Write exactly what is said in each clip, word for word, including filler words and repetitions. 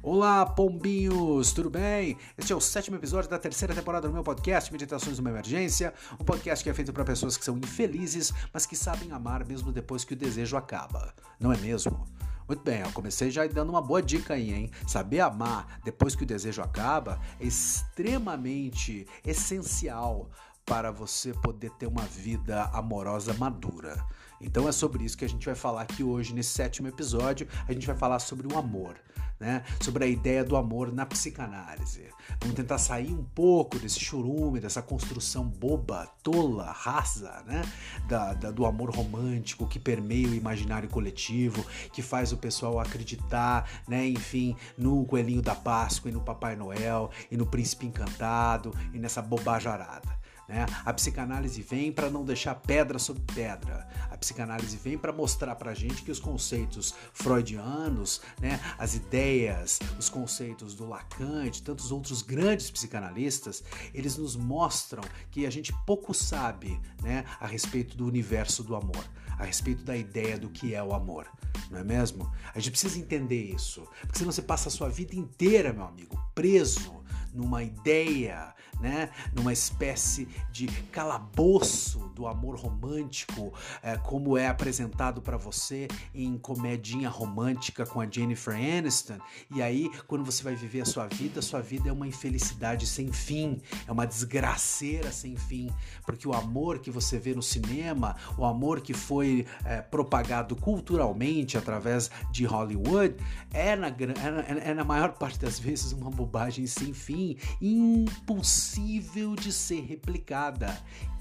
Olá, pombinhos, tudo bem? Este é o sétimo episódio da terceira temporada do meu podcast Meditações numa Emergência, um podcast que é feito para pessoas que são infelizes, mas que sabem amar mesmo depois que o desejo acaba, não é mesmo? Muito bem, eu comecei já dando uma boa dica aí, hein? Saber amar depois que o desejo acaba é extremamente essencial para você poder ter uma vida amorosa madura. Então é sobre isso que a gente vai falar aqui hoje, nesse sétimo episódio. A gente vai falar sobre o amor, né? Sobre a ideia do amor na psicanálise. Vamos tentar sair um pouco desse churume, dessa construção boba, tola, rasa, né? Da, da, do amor romântico que permeia o imaginário coletivo, que faz o pessoal acreditar, né? Enfim, no Coelhinho da Páscoa e no Papai Noel e no Príncipe Encantado e nessa bobajarada. Né? A psicanálise vem para não deixar pedra sobre pedra. A psicanálise vem para mostrar para a gente que os conceitos freudianos, né, as ideias, os conceitos do Lacan e de tantos outros grandes psicanalistas, eles nos mostram que a gente pouco sabe, né, a respeito do universo do amor, a respeito da ideia do que é o amor. Não é mesmo? A gente precisa entender isso, porque senão você passa a sua vida inteira, meu amigo, preso numa ideia, né? Numa espécie de calabouço do amor romântico, é, como é apresentado para você em Comedinha Romântica com a Jennifer Aniston. E aí, quando você vai viver a sua vida, a sua vida é uma infelicidade sem fim, é uma desgraceira sem fim, porque o amor que você vê no cinema, o amor que foi é, propagado culturalmente através de Hollywood, é na, é, é na maior parte das vezes uma bobagem sem fim, impossível de ser replicada,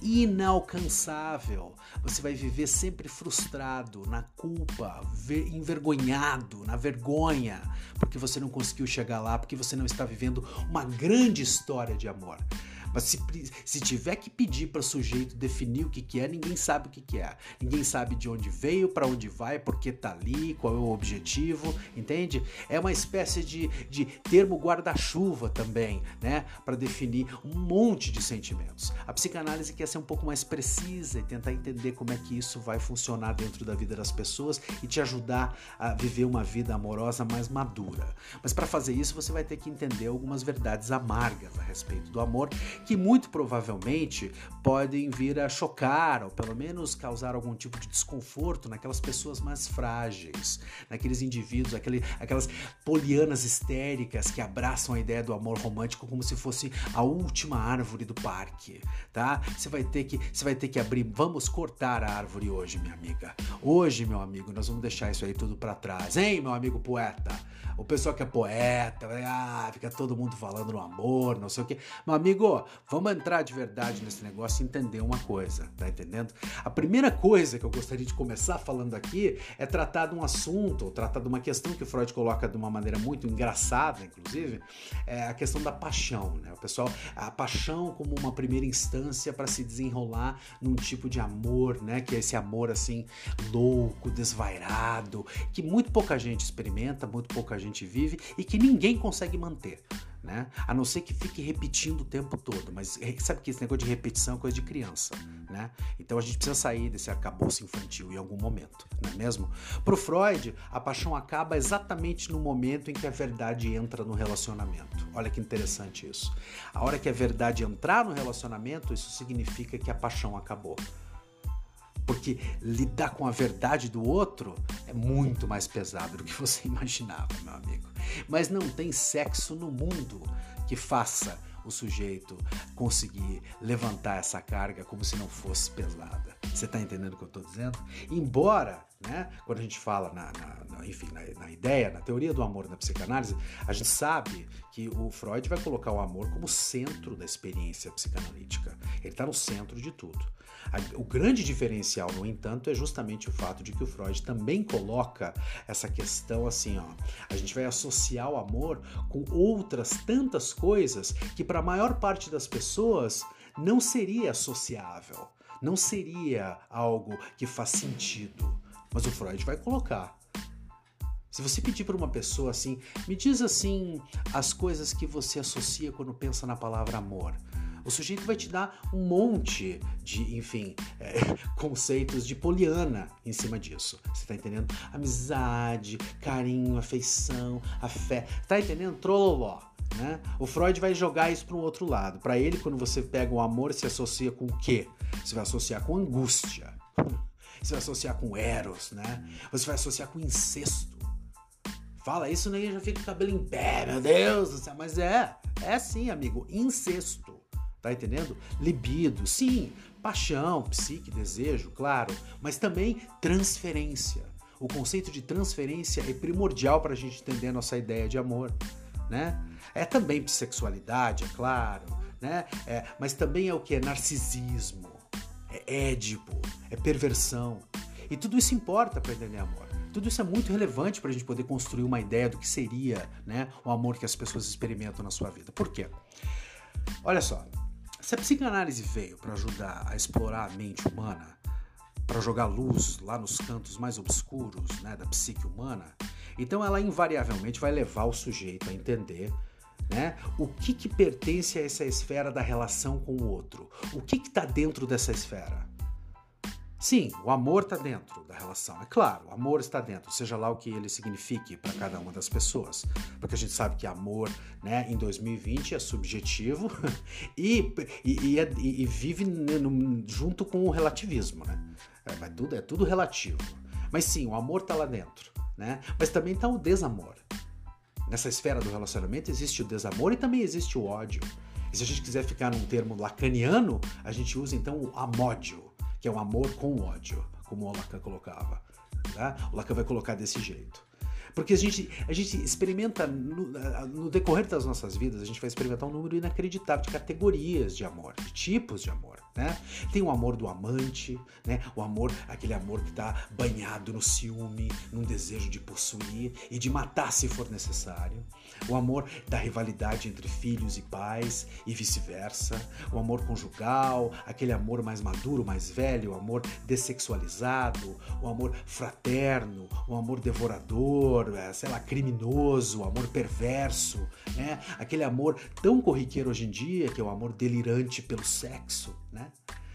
inalcançável. Você vai viver sempre frustrado, na culpa, envergonhado, na vergonha, porque você não conseguiu chegar lá, porque você não está vivendo uma grande história de amor. Mas se, se tiver que pedir para o sujeito definir o que, que é, ninguém sabe o que, que é. Ninguém sabe de onde veio, para onde vai, por que tá ali, qual é o objetivo, entende? É uma espécie de, de termo guarda-chuva também, né? Para definir um monte de sentimentos. A psicanálise quer ser um pouco mais precisa e tentar entender como é que isso vai funcionar dentro da vida das pessoas e te ajudar a viver uma vida amorosa mais madura. Mas para fazer isso, você vai ter que entender algumas verdades amargas a respeito do amor, que muito provavelmente podem vir a chocar ou pelo menos causar algum tipo de desconforto naquelas pessoas mais frágeis, naqueles indivíduos, aquele, aquelas polianas histéricas que abraçam a ideia do amor romântico como se fosse a última árvore do parque, tá? Você vai ter que, você vai ter que abrir, vamos cortar a árvore hoje, minha amiga. Hoje, meu amigo, nós vamos deixar isso aí tudo pra trás, hein, meu amigo poeta? O pessoal que é poeta, ah, fica todo mundo falando no amor, não sei o quê. Meu amigo, vamos entrar de verdade nesse negócio e entender uma coisa, tá entendendo? A primeira coisa que eu gostaria de começar falando aqui é tratar de um assunto, tratar de uma questão que o Freud coloca de uma maneira muito engraçada, inclusive, é a questão da paixão, né? O pessoal, a paixão como uma primeira instância para se desenrolar num tipo de amor, né? Que é esse amor assim, louco, desvairado, que muito pouca gente experimenta, muito pouca gente vive e que ninguém consegue manter, né? A não ser que fique repetindo o tempo todo, mas sabe que esse negócio de repetição é coisa de criança, né? Então a gente precisa sair desse arcabouço infantil em algum momento, não é mesmo? Pro Freud, a paixão acaba exatamente no momento em que a verdade entra no relacionamento. Olha que interessante isso. A hora que a verdade entrar no relacionamento, isso significa que a paixão acabou. Porque lidar com a verdade do outro é muito mais pesado do que você imaginava, meu amigo. Mas não tem sexo no mundo que faça o sujeito conseguir levantar essa carga como se não fosse pesada. Você está entendendo o que eu estou dizendo? Embora, né, quando a gente fala na, na, na, enfim, na, na ideia, na teoria do amor na psicanálise, a gente sabe que o Freud vai colocar o amor como centro da experiência psicanalítica. Ele está no centro de tudo. O grande diferencial, no entanto, é justamente o fato de que o Freud também coloca essa questão assim, ó, a gente vai associar o amor com outras tantas coisas que para a maior parte das pessoas não seria associável, não seria algo que faz sentido, mas o Freud vai colocar. Se você pedir para uma pessoa assim, me diz assim as coisas que você associa quando pensa na palavra amor, O sujeito vai te dar um monte de, enfim, é, conceitos de poliana em cima disso. Você tá entendendo? Amizade, carinho, afeição, a fé. Tá entendendo? Trololó. Né? O Freud vai jogar isso para um outro lado. Para ele, quando você pega o amor, se associa com o quê? Você vai associar com angústia. Você vai associar com eros, né? Você vai associar com incesto. Fala isso, né? Já fica o cabelo em pé, meu Deus do céu. Mas é, é sim, amigo, incesto. Tá entendendo? Libido, sim. Paixão, psique, desejo, claro. Mas também transferência. O conceito de transferência é primordial para a gente entender a nossa ideia de amor, né? É também bissexualidade, é claro, né? É, mas também é o que? É narcisismo, é édipo, é perversão. E tudo isso importa para entender amor. Tudo isso é muito relevante para a gente poder construir uma ideia do que seria, né, o amor que as pessoas experimentam na sua vida. Por quê? Olha só, se a psicanálise veio para ajudar a explorar a mente humana, para jogar luz lá nos cantos mais obscuros, né, da psique humana, então ela invariavelmente vai levar o sujeito a entender, né, o que, que pertence a essa esfera da relação com o outro. O que está dentro dessa esfera? Sim, o amor está dentro da relação. É claro, o amor está dentro, seja lá o que ele signifique para cada uma das pessoas. Porque a gente sabe que amor, né, em dois mil e vinte é subjetivo e, e, e, é, e vive no, junto com o relativismo, né? É, vai tudo, é tudo relativo. Mas sim, o amor está lá dentro, né? Mas também está o desamor. Nessa esfera do relacionamento existe o desamor e também existe o ódio. E se a gente quiser ficar num termo lacaniano, a gente usa então o amódio, que é o amor com ódio, como o Lacan colocava. Tá? O Lacan vai colocar desse jeito. Porque a gente, a gente experimenta, no, no decorrer das nossas vidas, a gente vai experimentar um número inacreditável de categorias de amor, de tipos de amor. Né? Tem o amor do amante, né? O amor, aquele amor que está banhado no ciúme, num desejo de possuir e de matar se for necessário. O amor da rivalidade entre filhos e pais e vice-versa. O amor conjugal, aquele amor mais maduro, mais velho, o amor dessexualizado, o amor fraterno, o amor devorador, sei lá, criminoso, o amor perverso, né? Aquele amor tão corriqueiro hoje em dia, que é o amor delirante pelo sexo, né?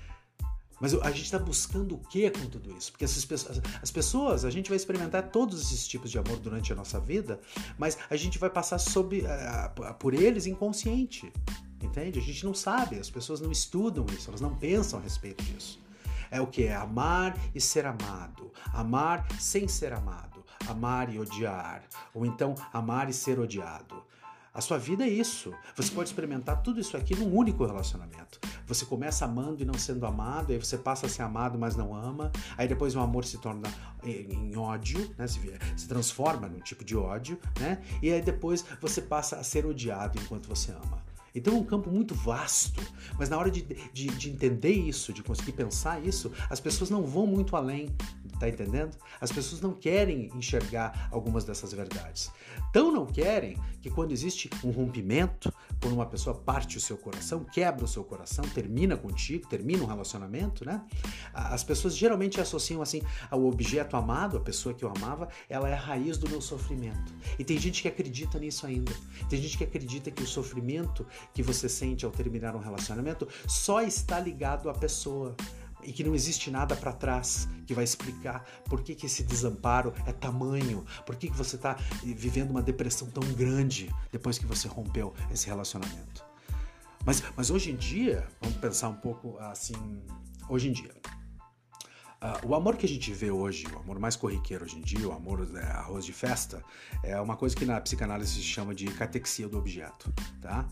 Mas a gente está buscando o que com tudo isso? Porque essas pessoas, as pessoas, a gente vai experimentar todos esses tipos de amor durante a nossa vida, mas a gente vai passar sob, uh, por eles inconsciente, entende? A gente não sabe, as pessoas não estudam isso, elas não pensam a respeito disso. É o que? É amar e ser amado, amar sem ser amado, amar e odiar, ou então amar e ser odiado. A sua vida é isso. Você pode experimentar tudo isso aqui num único relacionamento. Você começa amando e não sendo amado, aí você passa a ser amado, mas não ama. Aí depois o amor se torna em ódio, né? se, se transforma num tipo de ódio, né? E aí depois você passa a ser odiado enquanto você ama. Então é um campo muito vasto, mas na hora de, de, de entender isso, de conseguir pensar isso, as pessoas não vão muito além, tá entendendo? As pessoas não querem enxergar algumas dessas verdades. Tão não querem que quando existe um rompimento, quando uma pessoa parte o seu coração, quebra o seu coração, termina contigo, termina um relacionamento, né? As pessoas geralmente associam assim ao objeto amado, a pessoa que eu amava, ela é a raiz do meu sofrimento. E tem gente que acredita nisso ainda. Tem gente que acredita que o sofrimento que você sente ao terminar um relacionamento só está ligado à pessoa e que não existe nada para trás que vai explicar por que, que esse desamparo é tamanho, por que, que você está vivendo uma depressão tão grande depois que você rompeu esse relacionamento. Mas, mas hoje em dia, vamos pensar um pouco assim, hoje em dia, Uh, o amor que a gente vê hoje, o amor mais corriqueiro hoje em dia, o amor é, arroz de festa, é uma coisa que na psicanálise se chama de catexia do objeto, tá?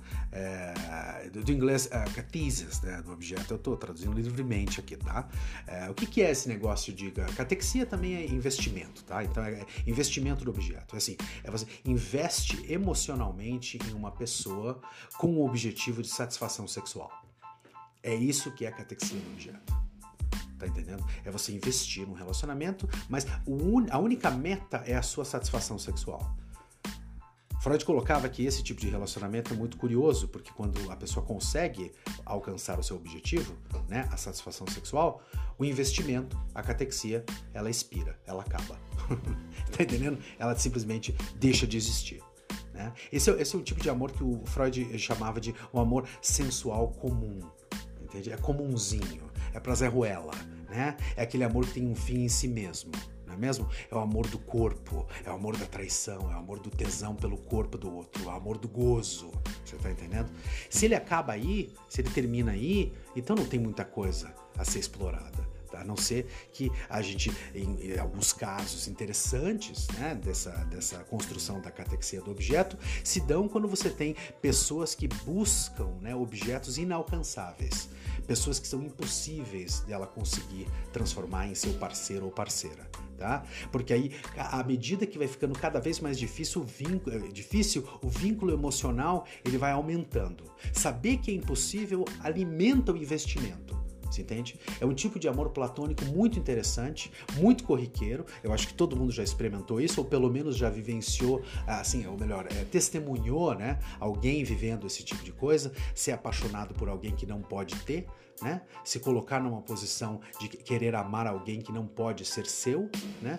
É, do, do inglês, uh, catesis, né, do objeto, eu estou traduzindo livremente aqui, tá? É, o que, que é esse negócio de... Catexia também é investimento, tá? Então é investimento do objeto, é assim, é você investe emocionalmente em uma pessoa com o objetivo de satisfação sexual. É isso que é a catexia do objeto. Tá entendendo? É você investir num relacionamento, mas a única meta é a sua satisfação sexual. Freud colocava que esse tipo de relacionamento é muito curioso, porque quando a pessoa consegue alcançar o seu objetivo, né, a satisfação sexual, o investimento, a catexia, ela expira, ela acaba. Tá entendendo? Ela simplesmente deixa de existir. Né? Esse, é, esse é o tipo de amor que o Freud chamava de um amor sensual comum, entende? É comunzinho, é pra Zé Ruela, né? É aquele amor que tem um fim em si mesmo, não é mesmo? É o amor do corpo, é o amor da traição, é o amor do tesão pelo corpo do outro, é o amor do gozo, você tá entendendo? Se ele acaba aí, se ele termina aí, então não tem muita coisa a ser explorada. A não ser que a gente, em, em alguns casos interessantes, né, dessa, dessa construção da catexia do objeto, se dão quando você tem pessoas que buscam, né, objetos inalcançáveis, pessoas que são impossíveis dela conseguir transformar em seu parceiro ou parceira. Tá? Porque aí, à medida que vai ficando cada vez mais difícil o vínculo, difícil, o vínculo emocional ele vai aumentando. Saber que é impossível alimenta o investimento. Você entende? É um tipo de amor platônico muito interessante, muito corriqueiro. Eu acho que todo mundo já experimentou isso, ou pelo menos já vivenciou, assim, ou melhor, é, testemunhou, né? Alguém vivendo esse tipo de coisa, ser apaixonado por alguém que não pode ter, né? Se colocar numa posição de querer amar alguém que não pode ser seu, né?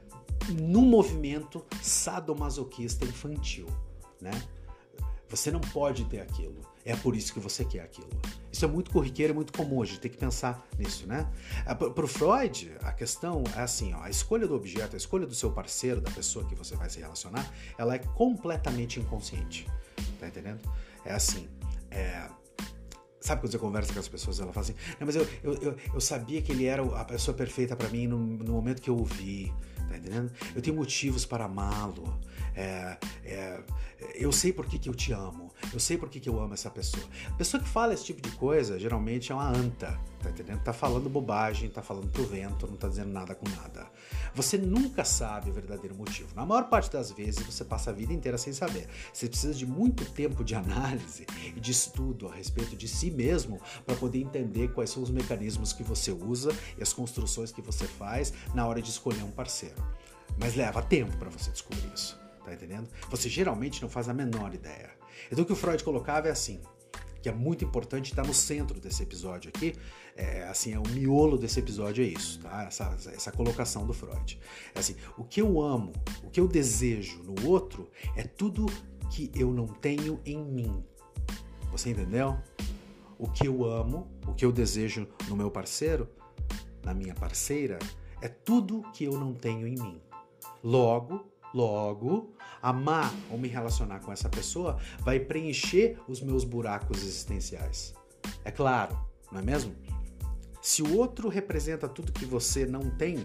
Num movimento sadomasoquista infantil, né? Você não pode ter aquilo. É por isso que você quer aquilo. Isso é muito corriqueiro, é muito comum, a gente tem que pensar nisso, né? Para o Freud, a questão é assim, ó, a escolha do objeto, a escolha do seu parceiro, da pessoa que você vai se relacionar, ela é completamente inconsciente, tá entendendo? É assim, é... Sabe quando você conversa com as pessoas, ela fala assim, não, mas eu, eu, eu, eu sabia que ele era a pessoa perfeita para mim no, no momento que eu o vi, tá entendendo? Eu tenho motivos para amá-lo, é, é, eu sei por que, que eu te amo, eu sei por que, que eu amo essa pessoa. A pessoa que fala esse tipo de coisa, geralmente é uma anta, tá entendendo? Tá falando bobagem, tá falando pro vento, não tá dizendo nada com nada. Você nunca sabe o verdadeiro motivo. Na maior parte das vezes, você passa a vida inteira sem saber. Você precisa de muito tempo de análise e de estudo a respeito de si mesmo para poder entender quais são os mecanismos que você usa e as construções que você faz na hora de escolher um parceiro. Mas leva tempo para você descobrir isso. Tá entendendo? Você geralmente não faz a menor ideia. Então o que o Freud colocava é assim, que é muito importante, está no centro desse episódio aqui, é, assim, é o miolo desse episódio é isso, tá? Essa, essa colocação do Freud. É assim, o que eu amo, o que eu desejo no outro é tudo que eu não tenho em mim. Você entendeu? O que eu amo, o que eu desejo no meu parceiro, na minha parceira, é tudo que eu não tenho em mim. Logo, Logo, amar ou me relacionar com essa pessoa vai preencher os meus buracos existenciais. É claro, não é mesmo? Se o outro representa tudo que você não tem,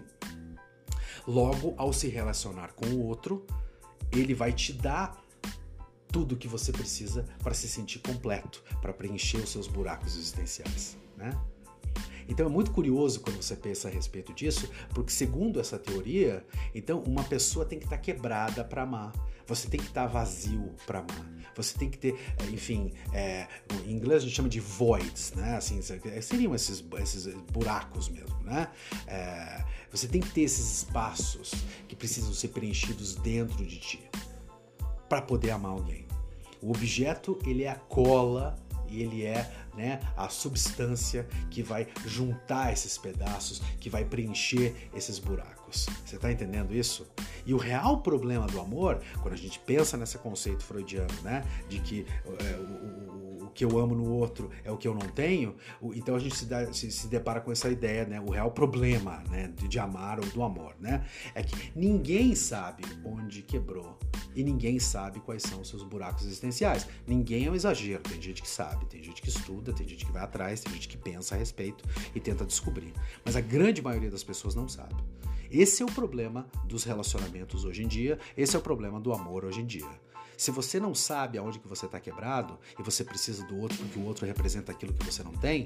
logo, ao se relacionar com o outro, ele vai te dar tudo que você precisa para se sentir completo, para preencher os seus buracos existenciais, né? Então é muito curioso quando você pensa a respeito disso, porque segundo essa teoria, então uma pessoa tem que estar quebrada para amar, você tem que estar vazio para amar, você tem que ter, enfim, é, em inglês a gente chama de voids, né? Assim, seriam esses, esses buracos mesmo, né? É, você tem que ter esses espaços que precisam ser preenchidos dentro de ti para poder amar alguém. O objeto, ele é a cola e ele é, né, a substância que vai juntar esses pedaços, que vai preencher esses buracos. Você está entendendo isso? E o real problema do amor, quando a gente pensa nesse conceito freudiano, né, de que é, o, o, o que eu amo no outro é o que eu não tenho, o, então a gente se, dá, se, se depara com essa ideia, né, o real problema, né, de, de amar ou do amor, né, é que ninguém sabe onde quebrou. E ninguém sabe quais são os seus buracos existenciais. Ninguém é um exagero. Tem gente que sabe, tem gente que estuda, tem gente que vai atrás, tem gente que pensa a respeito e tenta descobrir. Mas a grande maioria das pessoas não sabe. Esse é o problema dos relacionamentos hoje em dia, esse é o problema do amor hoje em dia. Se você não sabe aonde que você está quebrado e você precisa do outro porque o outro representa aquilo que você não tem,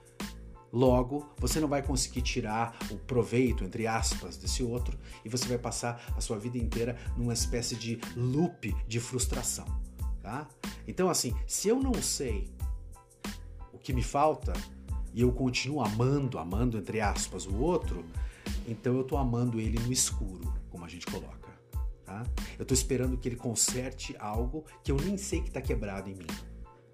logo, você não vai conseguir tirar o proveito, entre aspas, desse outro e você vai passar a sua vida inteira numa espécie de loop de frustração, tá? Então, assim, se eu não sei o que me falta e eu continuo amando, amando, entre aspas, o outro, então eu tô amando ele no escuro, como a gente coloca, tá? Eu tô esperando que ele conserte algo que eu nem sei que tá quebrado em mim.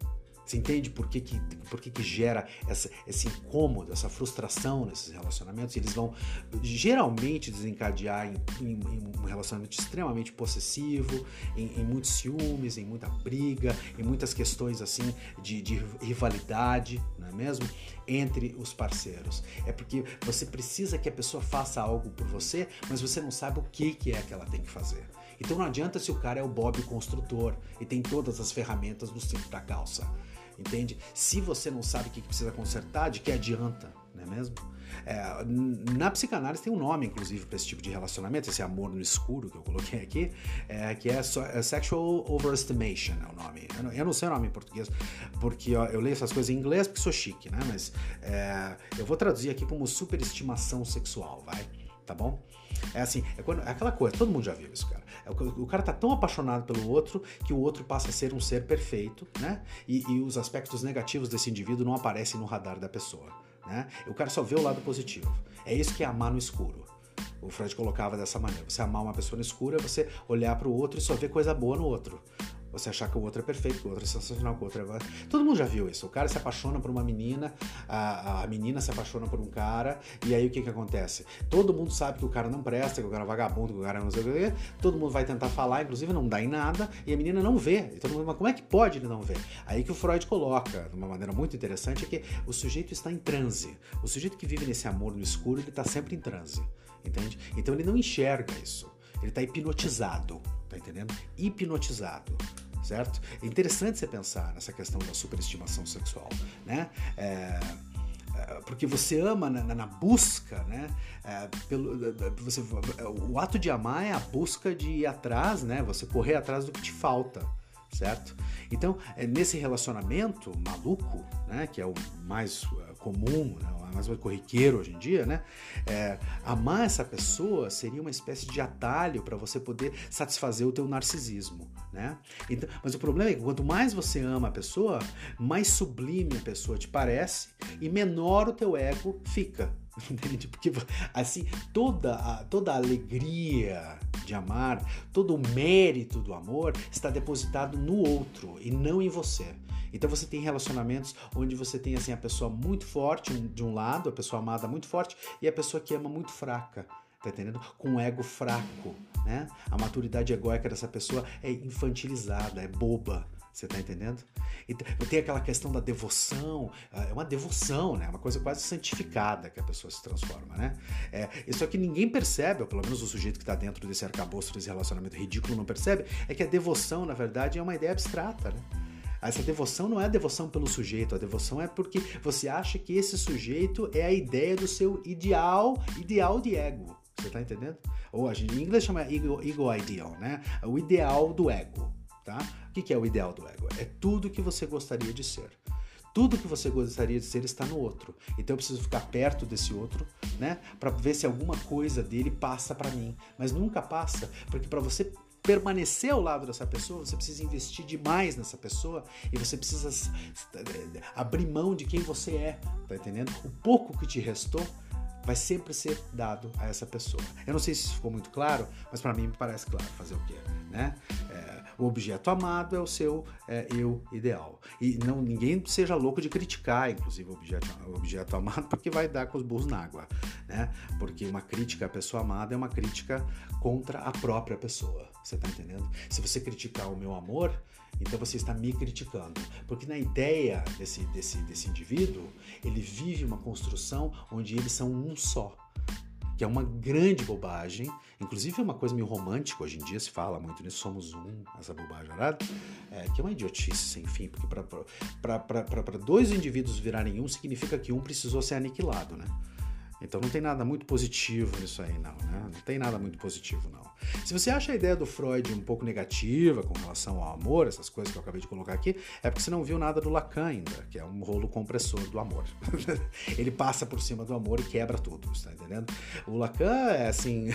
Você entende por que, que, por que, que gera essa, esse incômodo, essa frustração nesses relacionamentos? E eles vão geralmente desencadear em, em, em um relacionamento extremamente possessivo, em, em muitos ciúmes, em muita briga, em muitas questões assim de, de rivalidade, não é mesmo? Entre os parceiros. É porque você precisa que a pessoa faça algo por você, mas você não sabe o que, que é que ela tem que fazer. Então não adianta se o cara é o Bob construtor e tem todas as ferramentas do cinto da calça. Entende? Se você não sabe o que precisa consertar, de que adianta, não é mesmo? É, na psicanálise tem um nome, inclusive, para esse tipo de relacionamento, esse amor no escuro que eu coloquei aqui, é, que é, so, é Sexual Overestimation, é o nome. Eu não, eu não sei o nome em português, porque ó, eu leio essas coisas em inglês porque sou chique, né? Mas é, eu vou traduzir aqui como superestimação sexual, vai? Tá bom? É assim, é, quando, é aquela coisa, todo mundo já viu isso, cara. É, o, o cara tá tão apaixonado pelo outro que o outro passa a ser um ser perfeito, né? E, e os aspectos negativos desse indivíduo não aparecem no radar da pessoa, né? O cara só vê o lado positivo. É isso que é amar no escuro. O Freud colocava dessa maneira. Você amar uma pessoa no escuro é você olhar pro outro e só ver coisa boa no outro. Você achar que o outro é perfeito, que o outro é sensacional, que o outro é... Todo mundo já viu isso. O cara se apaixona por uma menina, a, a menina se apaixona por um cara, e aí o que que acontece? Todo mundo sabe que o cara não presta, que o cara é vagabundo, que o cara não sei o que, todo mundo vai tentar falar, inclusive não dá em nada, e a menina não vê. E todo mundo, mas como é que pode ele não ver? Aí que o Freud coloca, de uma maneira muito interessante, é que o sujeito está em transe. O sujeito que vive nesse amor no escuro, ele está sempre em transe, entende? Então ele não enxerga isso. Ele está hipnotizado, tá entendendo? Hipnotizado. Certo? É interessante você pensar nessa questão da superestimação sexual, né? É, é, porque você ama na, na busca, né? É, pelo, você, o ato de amar é a busca de ir atrás, né? Você correr atrás do que te falta, certo? Então, é, nesse relacionamento maluco, né? Que é o mais uh, comum, né? mais corriqueiro hoje em dia, né? É, amar essa pessoa seria uma espécie de atalho para você poder satisfazer o teu narcisismo, né? Então, mas o problema é que quanto mais você ama a pessoa, mais sublime a pessoa te parece e menor o teu ego fica, entende? Porque assim, toda a, toda a alegria de amar, todo o mérito do amor está depositado no outro e não em você. Então você tem relacionamentos onde você tem assim a pessoa muito forte de um lado, a pessoa amada muito forte e a pessoa que ama muito fraca, tá entendendo? Com um ego fraco, né? A maturidade egóica dessa pessoa é infantilizada, é boba, você tá entendendo? Então, tem aquela questão da devoção, é uma devoção, né? Uma coisa quase santificada que a pessoa se transforma, né? É, isso aqui ninguém percebe, ou pelo menos o sujeito que está dentro desse arcabouço, desse relacionamento ridículo não percebe, é que a devoção, na verdade, é uma ideia abstrata, né? Essa devoção não é a devoção pelo sujeito, a devoção é porque você acha que esse sujeito é a ideia do seu ideal, ideal de ego. Você tá entendendo? Ou a gente, em inglês chama ego, ego ideal, né? O ideal do ego, tá? O que é o ideal do ego? É tudo que você gostaria de ser. Tudo que você gostaria de ser está no outro. Então eu preciso ficar perto desse outro, né? Para ver se alguma coisa dele passa para mim. Mas nunca passa, porque para você permanecer ao lado dessa pessoa, você precisa investir demais nessa pessoa e você precisa abrir mão de quem você é, tá entendendo? O pouco que te restou vai sempre ser dado a essa pessoa. Eu não sei se isso ficou muito claro, mas para mim me parece claro. Fazer o quê, né? É, o objeto amado é o seu é, eu ideal. E não, ninguém seja louco de criticar, inclusive, o objeto, o objeto amado, porque vai dar com os burros na água, né? Porque uma crítica à pessoa amada é uma crítica contra a própria pessoa. Você tá entendendo? Se você criticar o meu amor, então você está me criticando. Porque na ideia desse, desse, desse indivíduo, ele vive uma construção onde eles são um só. Que é uma grande bobagem. Inclusive é uma coisa meio romântica, hoje em dia se fala muito nisso, somos um, essa bobagem, é, que é uma idiotice sem fim, porque para dois indivíduos virarem um, significa que um precisou ser aniquilado, né? Então não tem nada muito positivo nisso aí, não, né? Não tem nada muito positivo, não. Se você acha a ideia do Freud um pouco negativa com relação ao amor, essas coisas que eu acabei de colocar aqui, é porque você não viu nada do Lacan ainda, que é um rolo compressor do amor. Ele passa por cima do amor e quebra tudo, você tá entendendo? O Lacan é assim...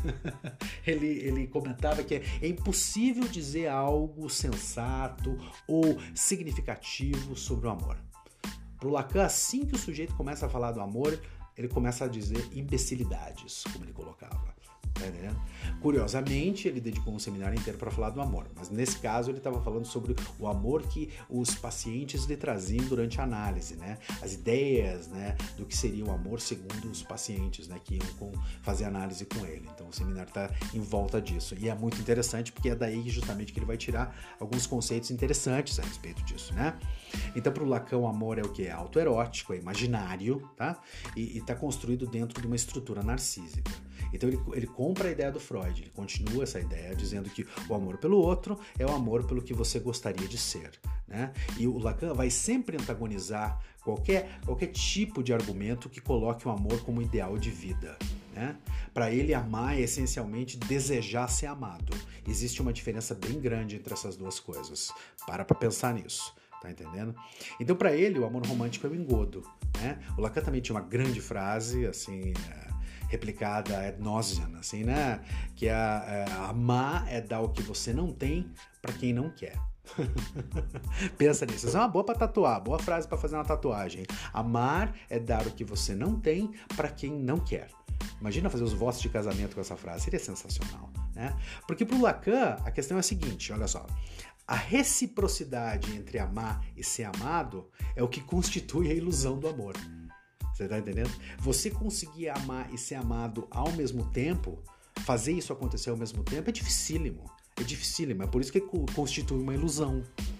ele, ele comentava que é impossível dizer algo sensato ou significativo sobre o amor. Pro Lacan, assim que o sujeito começa a falar do amor, ele começa a dizer imbecilidades, como ele colocava. Tá entendendo? Curiosamente, ele dedicou um seminário inteiro para falar do amor, mas nesse caso ele estava falando sobre o amor que os pacientes lhe traziam durante a análise, né? As ideias, né, do que seria o amor segundo os pacientes, né, que iam com, fazer análise com ele. Então o seminário está em volta disso e é muito interessante porque é daí justamente que ele vai tirar alguns conceitos interessantes a respeito disso, né? Então para o Lacan o amor é o que? É autoerótico, é imaginário, tá? E está construído dentro de uma estrutura narcísica. Então ele, ele compra a ideia do Freud, ele continua essa ideia dizendo que o amor pelo outro é o amor pelo que você gostaria de ser, né? E o Lacan vai sempre antagonizar qualquer, qualquer tipo de argumento que coloque o amor como ideal de vida, né? Para ele, amar é essencialmente desejar ser amado. Existe uma diferença bem grande entre essas duas coisas. Para para pensar nisso. Tá entendendo? Então, para ele, o amor romântico é o engodo, né? O Lacan também tinha uma grande frase, assim, é, replicada ad nauseam, assim, né? Que é, é amar é dar o que você não tem para quem não quer. Pensa nisso, isso é uma boa para tatuar, boa frase para fazer uma tatuagem. Amar é dar o que você não tem para quem não quer. Imagina fazer os votos de casamento com essa frase, seria sensacional, né? Porque pro Lacan a questão é a seguinte, olha só. A reciprocidade entre amar e ser amado é o que constitui a ilusão do amor. Você tá entendendo? Você conseguir amar e ser amado ao mesmo tempo, fazer isso acontecer ao mesmo tempo, é dificílimo. É dificílimo, é por isso que constitui uma ilusão.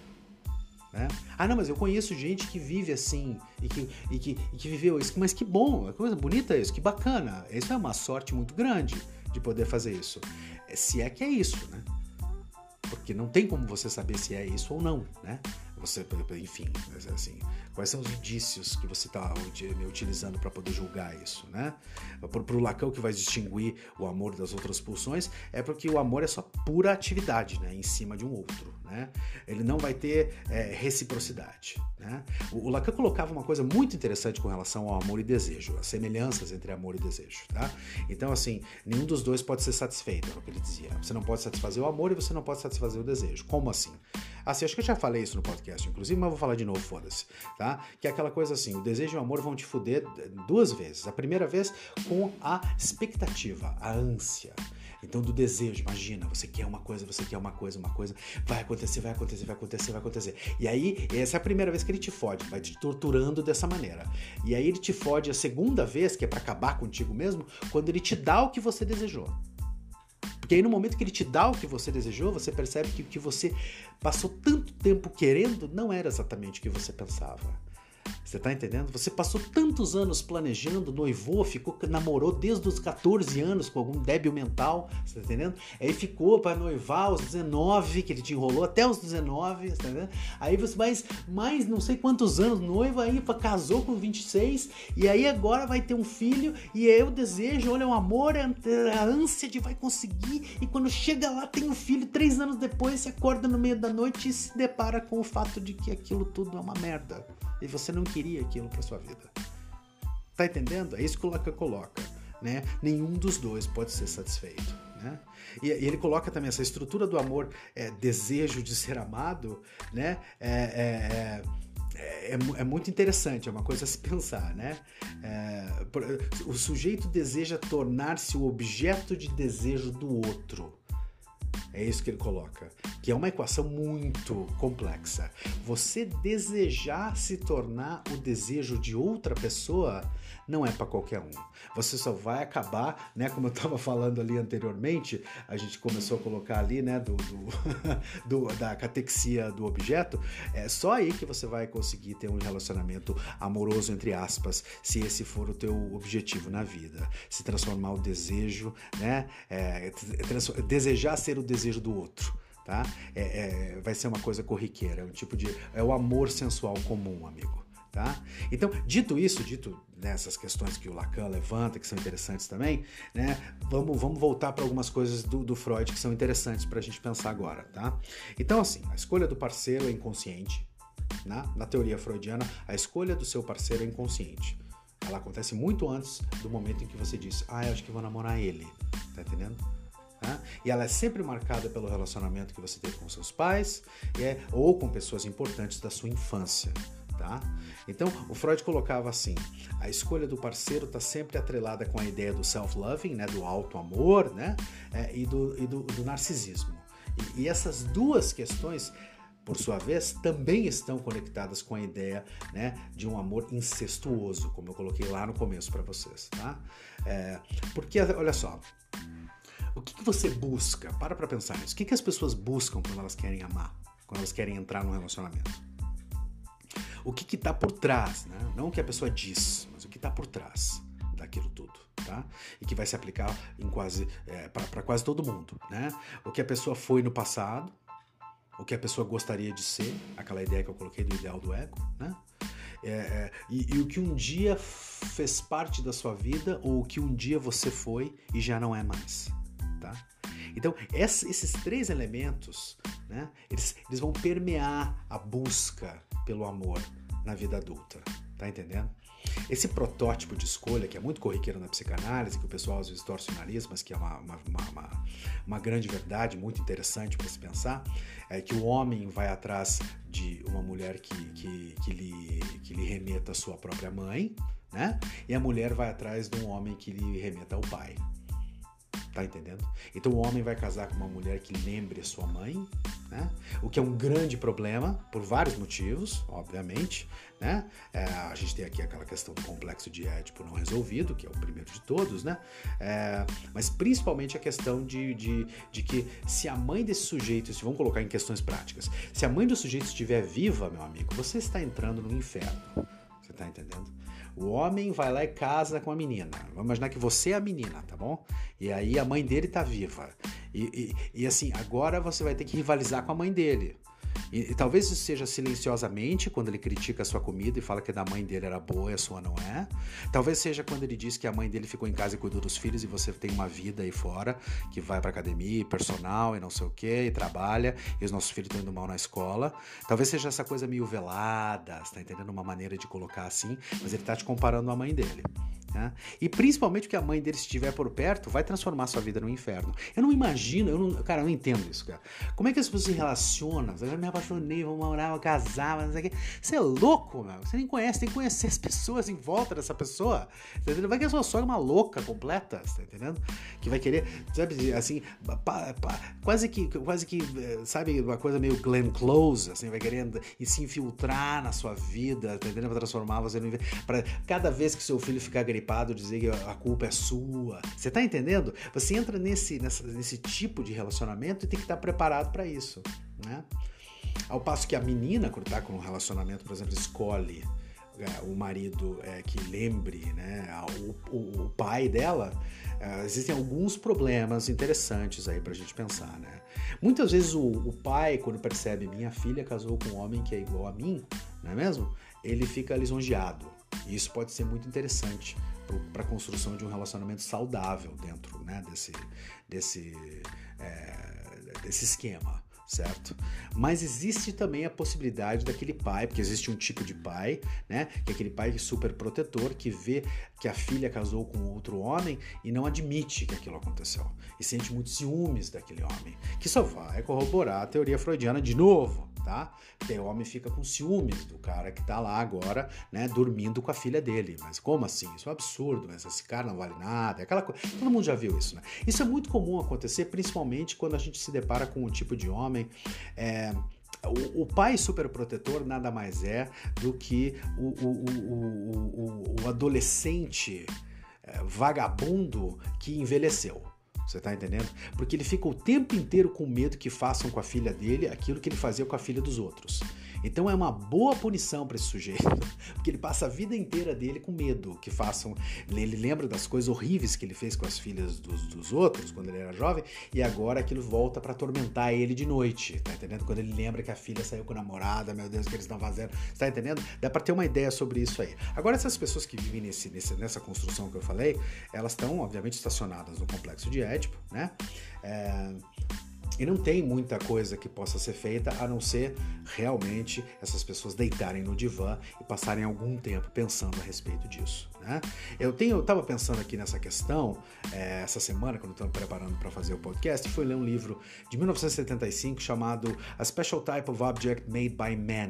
Né? Ah, não, mas eu conheço gente que vive assim e que, e que, e que viveu isso. Mas que bom, é coisa bonita isso, que bacana. Isso é uma sorte muito grande de poder fazer isso. Se é que é isso, né? Porque não tem como você saber se é isso ou não, né? Você, enfim, assim, quais são os indícios que você está utilizando para poder julgar isso, né? Para o Lacan, o que vai distinguir o amor das outras pulsões é porque o amor é só pura atividade, né? Em cima de um outro, né? Ele não vai ter é, reciprocidade, né? O, o Lacan colocava uma coisa muito interessante com relação ao amor e desejo, as semelhanças entre amor e desejo, tá? Então, assim, nenhum dos dois pode ser satisfeito, é o que ele dizia. Você não pode satisfazer o amor e você não pode satisfazer o desejo. Como assim? Assim, acho que eu já falei isso no podcast, inclusive, mas vou falar de novo, foda-se, tá? Que é aquela coisa assim, o desejo e o amor vão te fuder duas vezes. A primeira vez com a expectativa, a ânsia. Então, do desejo, imagina, você quer uma coisa, você quer uma coisa, uma coisa, vai acontecer, vai acontecer, vai acontecer, vai acontecer. E aí, essa é a primeira vez que ele te fode, vai te torturando dessa maneira. E aí ele te fode a segunda vez, que é pra acabar contigo mesmo, quando ele te dá o que você desejou. Porque aí no momento que ele te dá o que você desejou, você percebe que o que você passou tanto tempo querendo não era exatamente o que você pensava. Você tá entendendo? Você passou tantos anos planejando, noivou, ficou, namorou desde os catorze anos com algum débil mental, você tá entendendo? Aí ficou para noivar aos dezenove, que ele te enrolou até os dezenove, você tá entendendo? Aí você mais, mais não sei quantos anos noiva, aí casou com vinte e seis, e aí agora vai ter um filho, e aí o desejo, olha, o amor, a ânsia de vai conseguir, e quando chega lá tem um filho, três anos depois, se acorda no meio da noite e se depara com o fato de que aquilo tudo é uma merda. E você não queria aquilo para sua vida. Tá entendendo? É isso que o Lacan coloca, né? Nenhum dos dois pode ser satisfeito, né? E, e ele coloca também essa estrutura do amor, é, desejo de ser amado, né? É, é, é, é, é muito interessante, é uma coisa a se pensar, né? É, o sujeito deseja tornar-se o objeto de desejo do outro. É isso que ele coloca, que é uma equação muito complexa. Você desejar se tornar o desejo de outra pessoa não é para qualquer um. Você só vai acabar, né, como eu estava falando ali anteriormente, a gente começou a colocar ali, né, do, do, do, da catexia do objeto, é só aí que você vai conseguir ter um relacionamento amoroso, entre aspas, se esse for o teu objetivo na vida. Se transformar o desejo, né, é, desejar ser o desejo do outro. Tá? É, é, vai ser uma coisa corriqueira, é um tipo de. É o amor sensual comum, amigo. Tá? Então, dito isso, dito nessas questões que o Lacan levanta, que são interessantes também, né? Vamos, vamos voltar para algumas coisas do, do Freud que são interessantes para a gente pensar agora. Tá? Então, assim, a escolha do parceiro é inconsciente. Né? Na teoria freudiana, a escolha do seu parceiro é inconsciente. Ela acontece muito antes do momento em que você diz, ah, eu acho que vou namorar ele. Tá entendendo? Né? E ela é sempre marcada pelo relacionamento que você teve com seus pais, é, ou com pessoas importantes da sua infância. tá? Então, o Freud colocava assim, a escolha do parceiro está sempre atrelada com a ideia do self-loving, né, do auto-amor, né, é, e, do, e do, do narcisismo. E, e essas duas questões, por sua vez, também estão conectadas com a ideia, né, de um amor incestuoso, como eu coloquei lá no começo para vocês, tá? É, porque, olha só, o que, que você busca? Para para pensar nisso. O que, que as pessoas buscam quando elas querem amar? Quando elas querem entrar num relacionamento? O que que tá por trás, né? Não o que a pessoa diz, mas o que tá por trás daquilo tudo, tá? E que vai se aplicar em quase, é, para quase todo mundo, né? O que a pessoa foi no passado, o que a pessoa gostaria de ser, aquela ideia que eu coloquei do ideal do ego, né? É, é, e, e o que um dia fez parte da sua vida ou o que um dia você foi e já não é mais, tá? Então, esses três elementos, né, eles, eles vão permear a busca pelo amor na vida adulta, tá entendendo? Esse protótipo de escolha, que é muito corriqueiro na psicanálise, que o pessoal às vezes torce o nariz, mas que é uma, uma, uma, uma grande verdade, muito interessante para se pensar, é que o homem vai atrás de uma mulher que, que, que, lhe, que lhe remeta a sua própria mãe, né? E a mulher vai atrás de um homem que lhe remeta ao pai. Tá entendendo? Então o homem vai casar com uma mulher que lembre a sua mãe, né? O que é um grande problema, por vários motivos, obviamente, né? É, a gente tem aqui aquela questão do complexo de Édipo não resolvido, que é o primeiro de todos, né? É, mas principalmente a questão de, de, de que se a mãe desse sujeito, se vamos colocar em questões práticas, se a mãe do sujeito estiver viva, meu amigo, você está entrando no inferno. Você tá entendendo? O homem vai lá e casa com a menina. Vamos imaginar que você é a menina, tá bom? E aí a mãe dele tá viva. E, e, e assim, agora você vai ter que rivalizar com a mãe dele. E, e talvez isso seja silenciosamente, quando ele critica a sua comida e fala que a da mãe dele era boa e a sua não é. Talvez seja quando ele diz que a mãe dele ficou em casa e cuidou dos filhos e você tem uma vida aí fora, que vai pra academia, personal e não sei o que, e trabalha, e os nossos filhos estão indo mal na escola. Talvez seja essa coisa meio velada, você tá entendendo? Uma maneira de colocar assim, mas ele tá te comparando à mãe dele. Né? E principalmente porque a mãe dele, se estiver por perto, vai transformar sua vida no inferno. Eu não imagino, eu não, cara, eu não entendo isso, cara. Como é que as pessoas se relacionam? Eu já me apaixonei, vou morar, vou casar, mas não sei o quê. Você é louco, meu. Você nem conhece, tem que conhecer as pessoas em volta dessa pessoa. Tá entendendo? Vai que a sua sogra é uma louca completa, tá entendendo? Que vai querer, sabe, assim, pá, pá, quase que, quase que, sabe, uma coisa meio Glenn Close, assim, vai querendo se infiltrar na sua vida, tá entendendo? Pra transformar você no inferno. Pra cada vez que seu filho ficar gripado, dizer que a culpa é sua. Você tá entendendo? Você entra nesse, nessa, nesse tipo de relacionamento e tem que estar preparado para isso, né? Ao passo que a menina, quando tá com um relacionamento, por exemplo, escolhe é, o marido é, que lembre, né, o, o, o pai dela, é, existem alguns problemas interessantes aí pra gente pensar, né? Muitas vezes o, o pai, quando percebe minha filha casou com um homem que é igual a mim, não é mesmo? Ele fica lisonjeado. E isso pode ser muito interessante para a construção de um relacionamento saudável dentro, né, desse, desse, é, desse esquema, certo? Mas existe também a possibilidade daquele pai, porque existe um tipo de pai, né, que é aquele pai super protetor, que vê que a filha casou com outro homem e não admite que aquilo aconteceu. E sente muitos ciúmes daquele homem, que só vai corroborar a teoria freudiana de novo, tá? Porque o homem fica com ciúmes do cara que tá lá agora, né, dormindo com a filha dele. Mas como assim? Isso é um absurdo, mas esse cara não vale nada. Aquela coisa. Todo mundo já viu isso, né? Isso é muito comum acontecer, principalmente quando a gente se depara com um tipo de homem. É... O, o pai superprotetor nada mais é do que o, o, o, o, o adolescente é, vagabundo que envelheceu. Você tá entendendo? Porque ele fica o tempo inteiro com medo que façam com a filha dele aquilo que ele fazia com a filha dos outros. Então é uma boa punição para esse sujeito, porque ele passa a vida inteira dele com medo que façam... Ele lembra das coisas horríveis que ele fez com as filhas dos, dos outros quando ele era jovem, e agora aquilo volta para atormentar ele de noite, tá entendendo? Quando ele lembra que a filha saiu com a namorada, meu Deus, o que eles estão fazendo, tá entendendo? Dá para ter uma ideia sobre isso aí. Agora, essas pessoas que vivem nesse, nesse, nessa construção que eu falei, elas estão, obviamente, estacionadas no complexo de Édipo, né? É... E não tem muita coisa que possa ser feita a não ser realmente essas pessoas deitarem no divã e passarem algum tempo pensando a respeito disso, né? Eu tenho, eu estava pensando aqui nessa questão é, essa semana, quando eu estava preparando para fazer o podcast, e fui ler um livro de mil novecentos e setenta e cinco chamado A Special Type of Object Made by Men,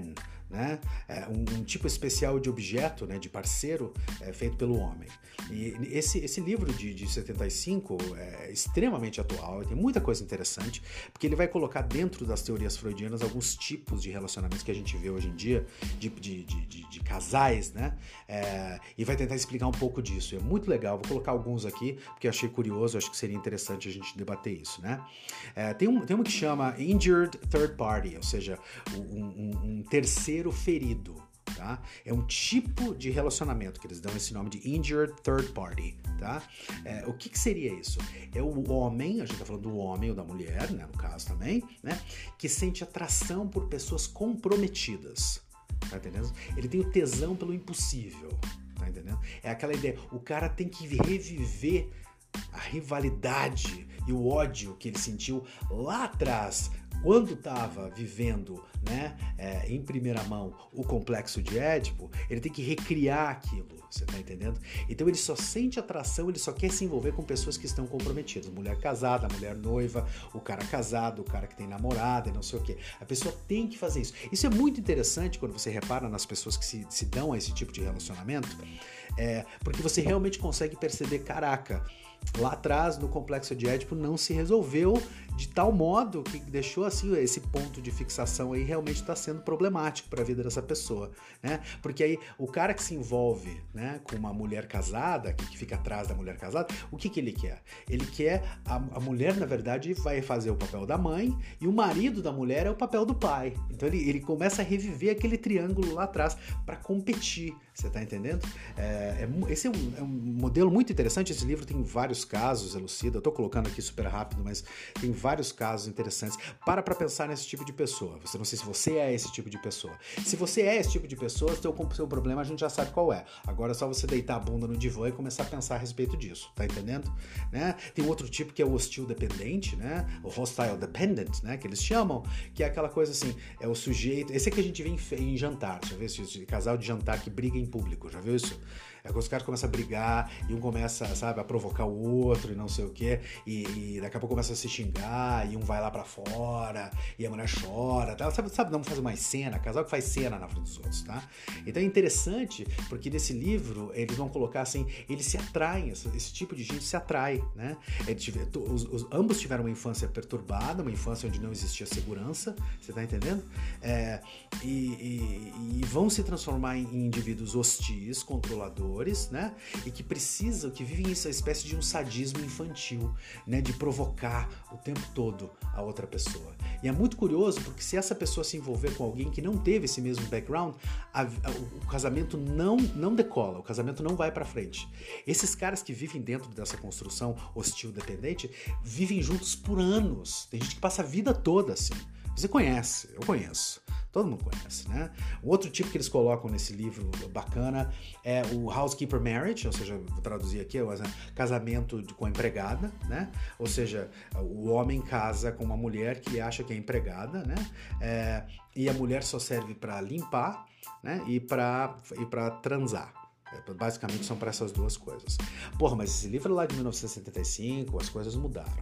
né? É um, um tipo especial de objeto, né, de parceiro, é, feito pelo homem. E esse, esse livro de, de setenta e cinco é extremamente atual, tem muita coisa interessante, porque ele vai colocar dentro das teorias freudianas alguns tipos de relacionamentos que a gente vê hoje em dia, de, de, de, de, de casais, né? É, e vai tentar explicar um pouco disso. É muito legal, vou colocar alguns aqui, porque eu achei curioso, acho que seria interessante a gente debater isso, né? É, tem, um, tem uma que chama Injured Third Party, ou seja, um, um, um terceiro ferido, tá? É um tipo de relacionamento que eles dão esse nome de Injured Third Party, tá? É, o que, que seria isso? É o homem, a gente tá falando do homem ou da mulher, né, no caso também, né, que sente atração por pessoas comprometidas, tá entendendo? Ele tem o tesão pelo impossível, tá entendendo? É aquela ideia, o cara tem que reviver a rivalidade e o ódio que ele sentiu lá atrás, quando estava vivendo, né, é, em primeira mão o complexo de Édipo. Ele tem que recriar aquilo, você tá entendendo? Então ele só sente atração, ele só quer se envolver com pessoas que estão comprometidas. Mulher casada, mulher noiva, o cara casado, o cara que tem namorada e não sei o quê. A pessoa tem que fazer isso. Isso é muito interessante quando você repara nas pessoas que se, se dão a esse tipo de relacionamento, é, porque você realmente consegue perceber, caraca, lá atrás, no complexo de Édipo, não se resolveu de tal modo que deixou assim esse ponto de fixação aí realmente está sendo problemático para a vida dessa pessoa, né? Porque aí o cara que se envolve, né, com uma mulher casada, que, que fica atrás da mulher casada, o que que ele quer? Ele quer, a, a mulher na verdade vai fazer o papel da mãe e o marido da mulher é o papel do pai. Então ele, ele começa a reviver aquele triângulo lá atrás para competir, você tá entendendo? É, é, esse é um, é um modelo muito interessante, esse livro tem vários casos, elucida, eu tô colocando aqui super rápido, mas tem vários casos interessantes. Para pra pensar nesse tipo de pessoa. Você não sei se você é esse tipo de pessoa. Se você é esse tipo de pessoa, seu, seu problema a gente já sabe qual é. Agora é só você deitar a bunda no divã e começar a pensar a respeito disso, tá entendendo? Né? Tem outro tipo que é o hostil dependente, né? O hostile dependent, né? Que eles chamam, que é aquela coisa assim, é o sujeito... Esse é que a gente vê em, em jantar, já viu esse casal de jantar que briga em público, já viu isso? É quando os caras começam a brigar e um começa, sabe, a provocar o outro e não sei o quê, e, e daqui a pouco começa a se xingar e um vai lá pra fora e a mulher chora, tá? sabe, sabe, não faz mais cena, casal que faz cena na frente dos outros, tá? Então é interessante porque nesse livro eles vão colocar assim, eles se atraem, esse, esse tipo de gente se atrai, né? Tiver, os, os, ambos tiveram uma infância perturbada, uma infância onde não existia segurança, você tá entendendo? É, e, e, e vão se transformar em, em indivíduos hostis, controladores, né? E que precisam, que vivem essa espécie de um sadismo infantil, né? De provocar o tempo todo a outra pessoa. E é muito curioso porque se essa pessoa se envolver com alguém que não teve esse mesmo background, a, a, o, o casamento não, não decola, o casamento não vai pra frente. Esses caras que vivem dentro dessa construção hostil dependente vivem juntos por anos. Tem gente que passa a vida toda assim. Você conhece, eu conheço. Todo mundo conhece, né? O outro tipo que eles colocam nesse livro bacana é o housekeeper marriage, ou seja, vou traduzir aqui, é o casamento com a empregada, né? Ou seja, o homem casa com uma mulher que ele acha que é empregada, né? É, e a mulher só serve para limpar, né? E para e para transar. É, basicamente são para essas duas coisas. Porra, mas esse livro é lá de mil novecentos e setenta e cinco, as coisas mudaram.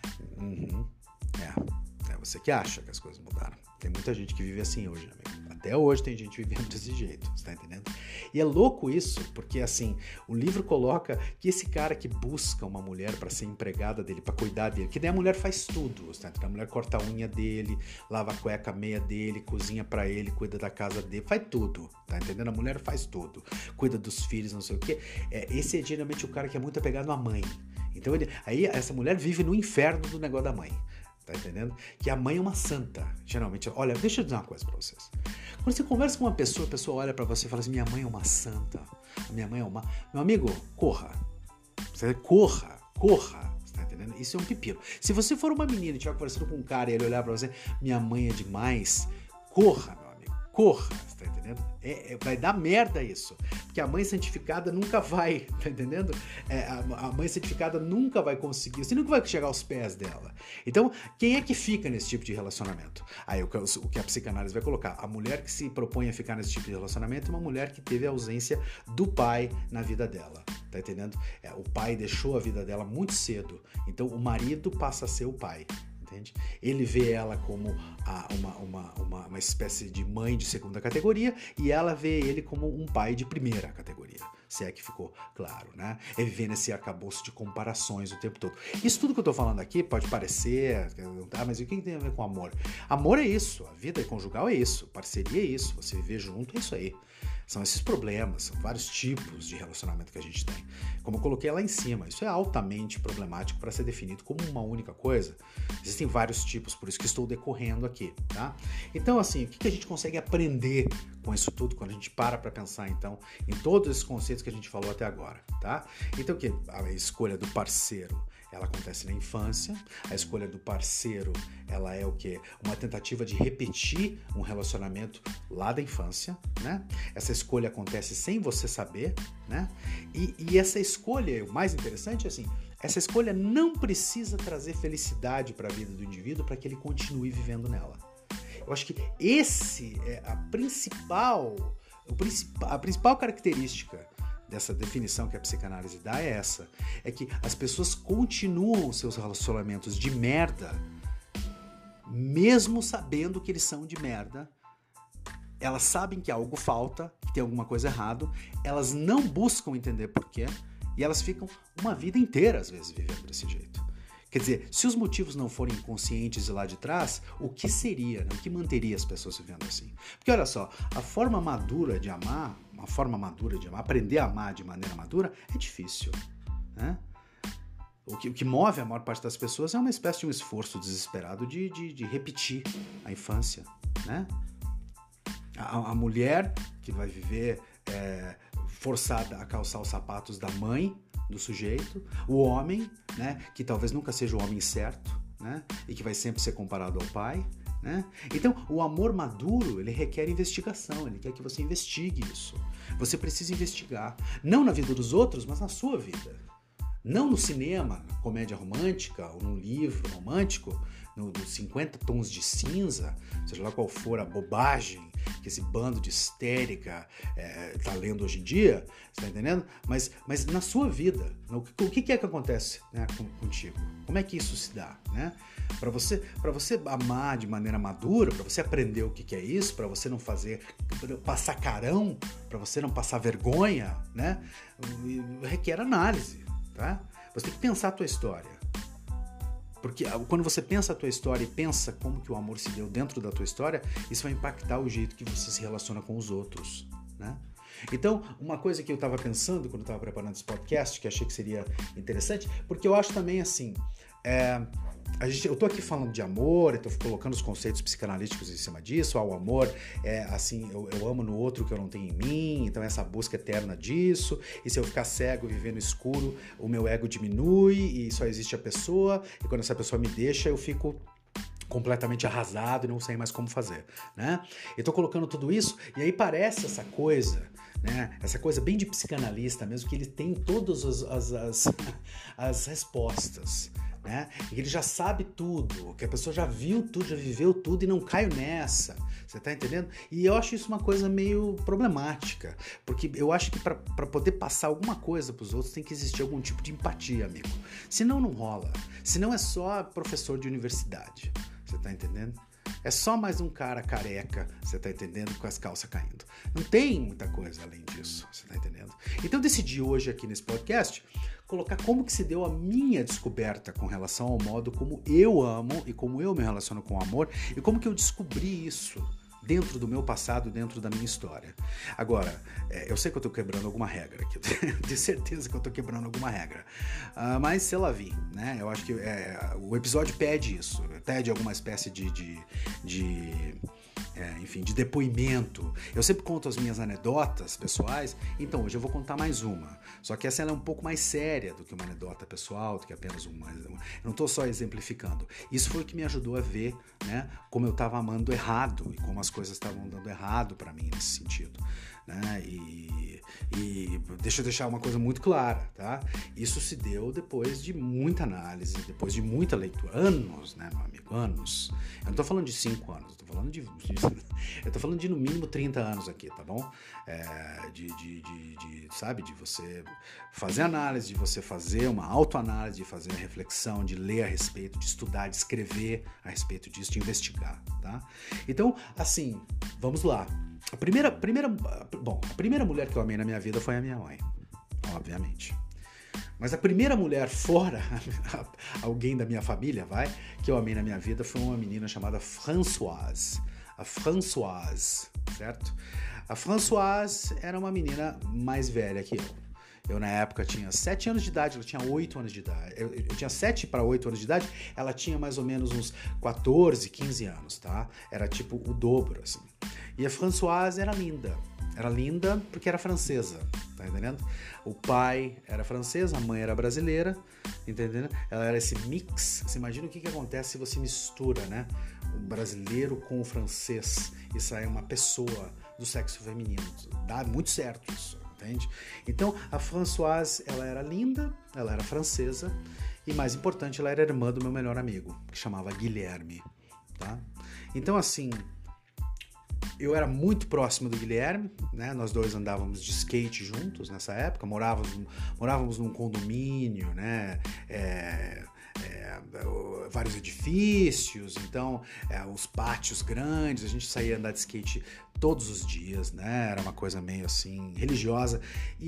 Uhum. É. É você que acha que as coisas mudaram. Tem muita gente que vive assim hoje, amigo. Até hoje tem gente vivendo desse jeito, você tá entendendo? E é louco isso, porque assim, o livro coloca que esse cara que busca uma mulher pra ser empregada dele, pra cuidar dele, que daí a mulher faz tudo, você tá entendendo? A mulher corta a unha dele, lava a cueca, a meia dele, cozinha pra ele, cuida da casa dele, faz tudo, tá entendendo? A mulher faz tudo, cuida dos filhos, não sei o quê. É, esse é geralmente o cara que é muito apegado à mãe. Então ele, aí essa mulher vive no inferno do negócio da mãe. Tá entendendo? Que a mãe é uma santa, geralmente. Olha, deixa eu dizer uma coisa pra vocês. Quando você conversa com uma pessoa, a pessoa olha pra você e fala assim, minha mãe é uma santa, minha mãe é uma... Meu amigo, corra. Você corra, corra. Você tá entendendo? Isso é um pepino. Se você for uma menina e estiver conversando com um cara e ele olhar pra você, minha mãe é demais, corra, meu amigo, corra. Você tá entendendo? É, é, vai dar merda isso. Porque a mãe santificada nunca vai, tá entendendo? É, a, a mãe santificada nunca vai conseguir, você nunca vai chegar aos pés dela. Então, quem é que fica nesse tipo de relacionamento? Aí o que, o que a psicanálise vai colocar, a mulher que se propõe a ficar nesse tipo de relacionamento é uma mulher que teve a ausência do pai na vida dela, tá entendendo? É, o pai deixou a vida dela muito cedo, então o marido passa a ser o pai. entende? Ele vê ela como a, uma, uma, uma, uma espécie de mãe de segunda categoria e ela vê ele como um pai de primeira categoria, se é que ficou claro, né? É viver nesse arcabouço de comparações o tempo todo. Isso tudo que eu tô falando aqui pode parecer, ah, mas o que tem a ver com amor? Amor é isso, a vida conjugal é isso, parceria é isso, você viver junto é isso aí. São esses problemas, são vários tipos de relacionamento que a gente tem. Como eu coloquei lá em cima, isso é altamente problemático para ser definido como uma única coisa. Existem vários tipos, por isso que estou decorrendo aqui, tá? Então, assim, o que a gente consegue aprender com isso tudo quando a gente para para pensar, então, em todos esses conceitos que a gente falou até agora, tá? Então, o que? A escolha do parceiro, ela acontece na infância. A escolha do parceiro, ela é o quê? Uma tentativa de repetir um relacionamento lá da infância, né? Essa escolha acontece sem você saber, né? E, e essa escolha, o mais interessante é assim, essa escolha não precisa trazer felicidade para a vida do indivíduo para que ele continue vivendo nela. Eu acho que esse é a principal, o principal, a principal característica dessa definição que a psicanálise dá é essa, é que as pessoas continuam seus relacionamentos de merda, mesmo sabendo que eles são de merda. Elas sabem que algo falta, que tem alguma coisa errado, elas não buscam entender por quê, e elas ficam uma vida inteira, às vezes, vivendo desse jeito. Quer dizer, se os motivos não forem inconscientes e lá de trás, o que seria, né? O que manteria as pessoas vivendo assim? Porque olha só, a forma madura de amar, uma forma madura de amar, aprender a amar de maneira madura, é difícil, né? O que, o que move a maior parte das pessoas é uma espécie de um esforço desesperado de, de, de repetir a infância, né? A, a mulher que vai viver é, forçada a calçar os sapatos da mãe do sujeito, o homem, né, que talvez nunca seja o homem certo, né, e que vai sempre ser comparado ao pai, né? Então, o amor maduro, ele requer investigação, ele quer que você investigue isso. Você precisa investigar, não na vida dos outros, mas na sua vida. Não no cinema, na comédia romântica, ou num livro romântico, no, nos cinquenta tons de cinza, seja lá qual for a bobagem que esse bando de histérica é, tá lendo hoje em dia, você tá entendendo? Mas, mas na sua vida, no, o que é que acontece, né, com, contigo? Como é que isso se dá, né? Para você, para você amar de maneira madura, para você aprender o que, que é isso, para você não fazer, passar carão, para você não passar vergonha, né? Requer análise, tá? Você tem que pensar a tua história. Porque quando você pensa a tua história e pensa como que o amor se deu dentro da tua história, isso vai impactar o jeito que você se relaciona com os outros, né? Então, uma coisa que eu estava pensando quando eu estava preparando esse podcast, que achei que seria interessante, porque eu acho também assim, é, a gente, eu tô aqui falando de amor, eu tô colocando os conceitos psicanalíticos em cima disso, ah, o amor é assim, eu, eu amo no outro que eu não tenho em mim, então essa busca eterna disso, e se eu ficar cego e viver no escuro, o meu ego diminui e só existe a pessoa, e quando essa pessoa me deixa, eu fico completamente arrasado e não sei mais como fazer, né? Eu tô colocando tudo isso, e aí parece essa coisa, né? Essa coisa bem de psicanalista mesmo, que ele tem todas as, as, as, as respostas, né? E ele já sabe tudo, que a pessoa já viu tudo, já viveu tudo e não caiu nessa, você tá entendendo? E eu acho isso uma coisa meio problemática, porque eu acho que para poder passar alguma coisa pros outros tem que existir algum tipo de empatia, amigo. Senão não rola, senão é só professor de universidade, você tá entendendo? É só mais um cara careca, você tá entendendo, com as calças caindo. Não tem muita coisa além disso, você tá entendendo? Então eu decidi hoje aqui nesse podcast colocar como que se deu a minha descoberta com relação ao modo como eu amo e como eu me relaciono com o amor e como que eu descobri isso dentro do meu passado, dentro da minha história. Agora, é, eu sei que eu tô quebrando alguma regra aqui, eu tenho certeza que eu tô quebrando alguma regra, uh, mas sei lá vi, né? Eu acho que é, o episódio pede isso, pede alguma espécie de, de, de é, enfim, de depoimento. Eu sempre conto as minhas anedotas pessoais, então hoje eu vou contar mais uma, só que essa ela é um pouco mais séria do que uma anedota pessoal, do que apenas uma, eu não tô só exemplificando. Isso foi o que me ajudou a ver, né, como eu tava amando errado e como as coisas estavam dando errado para mim nesse sentido, né? E, e deixa eu deixar uma coisa muito clara, tá? Isso se deu depois de muita análise, depois de muita leitura, anos, né, meu amigo, anos. Eu não tô falando de cinco anos, eu tô falando de, de Eu tô falando de no mínimo trinta anos aqui, tá bom? É, de, de, de, de, sabe, de você fazer análise, de você fazer uma autoanálise, de fazer uma reflexão, de ler a respeito, de estudar, de escrever a respeito disso, de investigar, tá? Então, assim, vamos lá. A primeira, primeira, bom, a primeira mulher que eu amei na minha vida foi a minha mãe, obviamente. Mas a primeira mulher fora, alguém da minha família, vai, que eu amei na minha vida foi uma menina chamada Françoise. A Françoise, certo? A Françoise era uma menina mais velha que eu. Eu, na época, tinha sete anos de idade, ela tinha oito anos de idade. Eu, eu tinha sete para oito anos de idade, ela tinha mais ou menos uns quatorze, quinze anos, tá? Era tipo o dobro, assim. E a Françoise era linda. Era linda porque era francesa, tá entendendo? O pai era francês, a mãe era brasileira, entendendo? Ela era esse mix. Você imagina o que, que acontece se você mistura, né? O brasileiro com o francês e sai uma pessoa do sexo feminino. Dá muito certo isso, entende? Então, a Françoise, ela era linda, ela era francesa e, mais importante, ela era irmã do meu melhor amigo, que chamava Guilherme, tá? Então, assim... Eu era muito próximo do Guilherme, né? Nós dois andávamos de skate juntos nessa época, morávamos, morávamos num condomínio, né? É, é, vários edifícios, então é, os pátios grandes, a gente saía andar de skate todos os dias, né? Era uma coisa meio assim, religiosa.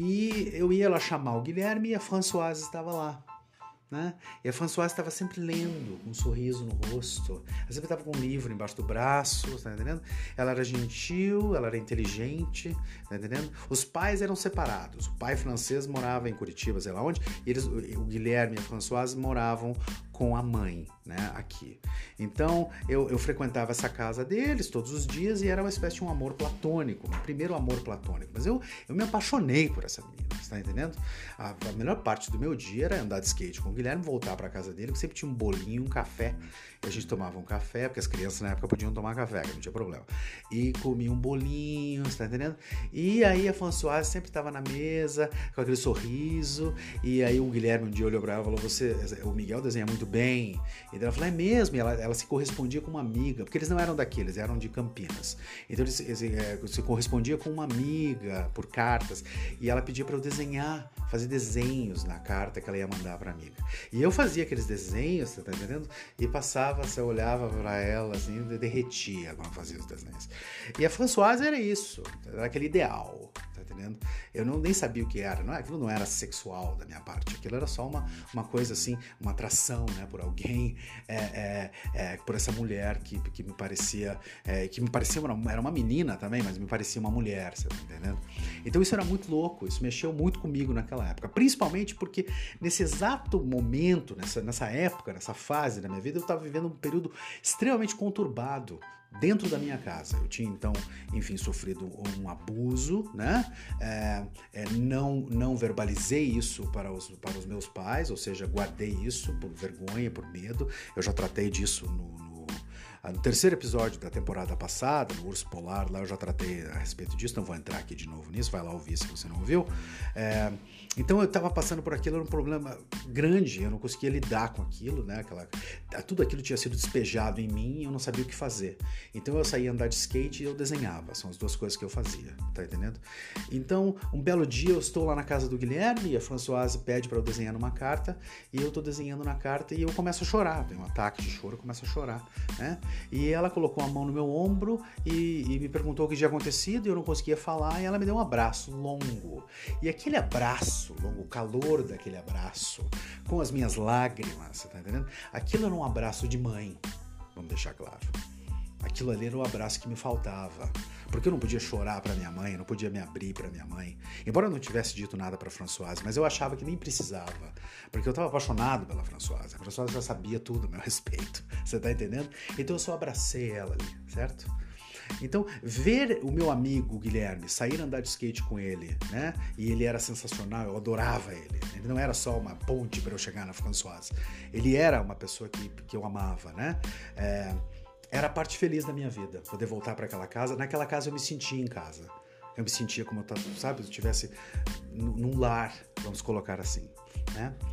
E eu ia lá chamar o Guilherme e a Françoise estava lá. Né? E a Françoise estava sempre lendo, com um sorriso no rosto. Ela sempre estava com um livro embaixo do braço, tá entendendo? Ela era gentil, ela era inteligente, tá entendendo? Os pais eram separados. O pai francês morava em Curitiba, sei lá onde, e eles, o Guilherme e a Françoise moravam com a mãe, né, aqui. Então, eu, eu frequentava essa casa deles todos os dias e era uma espécie de um amor platônico, um primeiro amor platônico. Mas eu, eu me apaixonei por essa menina, você tá entendendo? A, a melhor parte do meu dia era andar de skate com o Guilherme, voltar para casa dele, que sempre tinha um bolinho, um café, e a gente tomava um café, porque as crianças na época podiam tomar café, que não tinha problema. E comia um bolinho, você tá entendendo? E aí a Françoise sempre estava na mesa, com aquele sorriso, e aí o Guilherme um dia olhou para ela e falou, você, o Miguel desenha muito bem. E ela falou, é mesmo? E ela, ela se correspondia com uma amiga, porque eles não eram daqui, eles eram de Campinas. Então eles, eles é, se correspondia com uma amiga por cartas, e ela pedia para eu desenhar, fazer desenhos na carta que ela ia mandar para amiga. E eu fazia aqueles desenhos, você tá entendendo? E passava, você olhava para ela assim, derretia quando fazia os desenhos. E a Françoise era isso, era aquele ideal, tá entendendo? Eu não, nem sabia o que era, não, aquilo não era sexual da minha parte, aquilo era só uma, uma coisa assim, uma atração, né, por alguém, é, é, é, por essa mulher que, que me parecia, é, que me parecia uma, era uma menina também, mas me parecia uma mulher, você tá entendendo? Então isso era muito louco, isso mexeu muito comigo naquela época, principalmente porque nesse exato momento, nessa, nessa época, nessa fase da minha vida, eu estava vivendo um período extremamente conturbado dentro da minha casa. Eu tinha, então, enfim, sofrido um abuso, né? É, é, não, não verbalizei isso para os, para os meus pais, ou seja, guardei isso por vergonha, por medo. Eu já tratei disso no, no No terceiro episódio da temporada passada, no Urso Polar, lá eu já tratei a respeito disso, não vou entrar aqui de novo nisso, vai lá ouvir se você não ouviu. É, então eu estava passando por aquilo, era um problema grande, eu não conseguia lidar com aquilo, né? Aquela, tudo aquilo tinha sido despejado em mim e eu não sabia o que fazer. Então eu saía andar de skate e eu desenhava, são as duas coisas que eu fazia, tá entendendo? Então, um belo dia eu estou lá na casa do Guilherme e a Françoise pede para eu desenhar numa carta e eu estou desenhando na carta e eu começo a chorar, tenho um ataque de choro, eu começo a chorar, né? E ela colocou a mão no meu ombro e, e me perguntou o que tinha acontecido e eu não conseguia falar e ela me deu um abraço longo. E aquele abraço longo, o calor daquele abraço, com as minhas lágrimas, você tá entendendo? Aquilo era um abraço de mãe, vamos deixar claro. Aquilo ali era o abraço que me faltava. Porque eu não podia chorar para minha mãe, eu não podia me abrir para minha mãe. Embora eu não tivesse dito nada para Françoise, mas eu achava que nem precisava. Porque eu estava apaixonado pela Françoise. A Françoise já sabia tudo a meu respeito. Você tá entendendo? Então eu só abracei ela ali, certo? Então, ver o meu amigo Guilherme sair andar de skate com ele, né? E ele era sensacional, eu adorava ele. Ele não era só uma ponte para eu chegar na Françoise. Ele era uma pessoa que, que eu amava, né? É... Era a parte feliz da minha vida, poder voltar para aquela casa. Naquela casa eu me sentia em casa. Eu me sentia como, eu, sabe, se eu estivesse num lar, vamos colocar assim, né?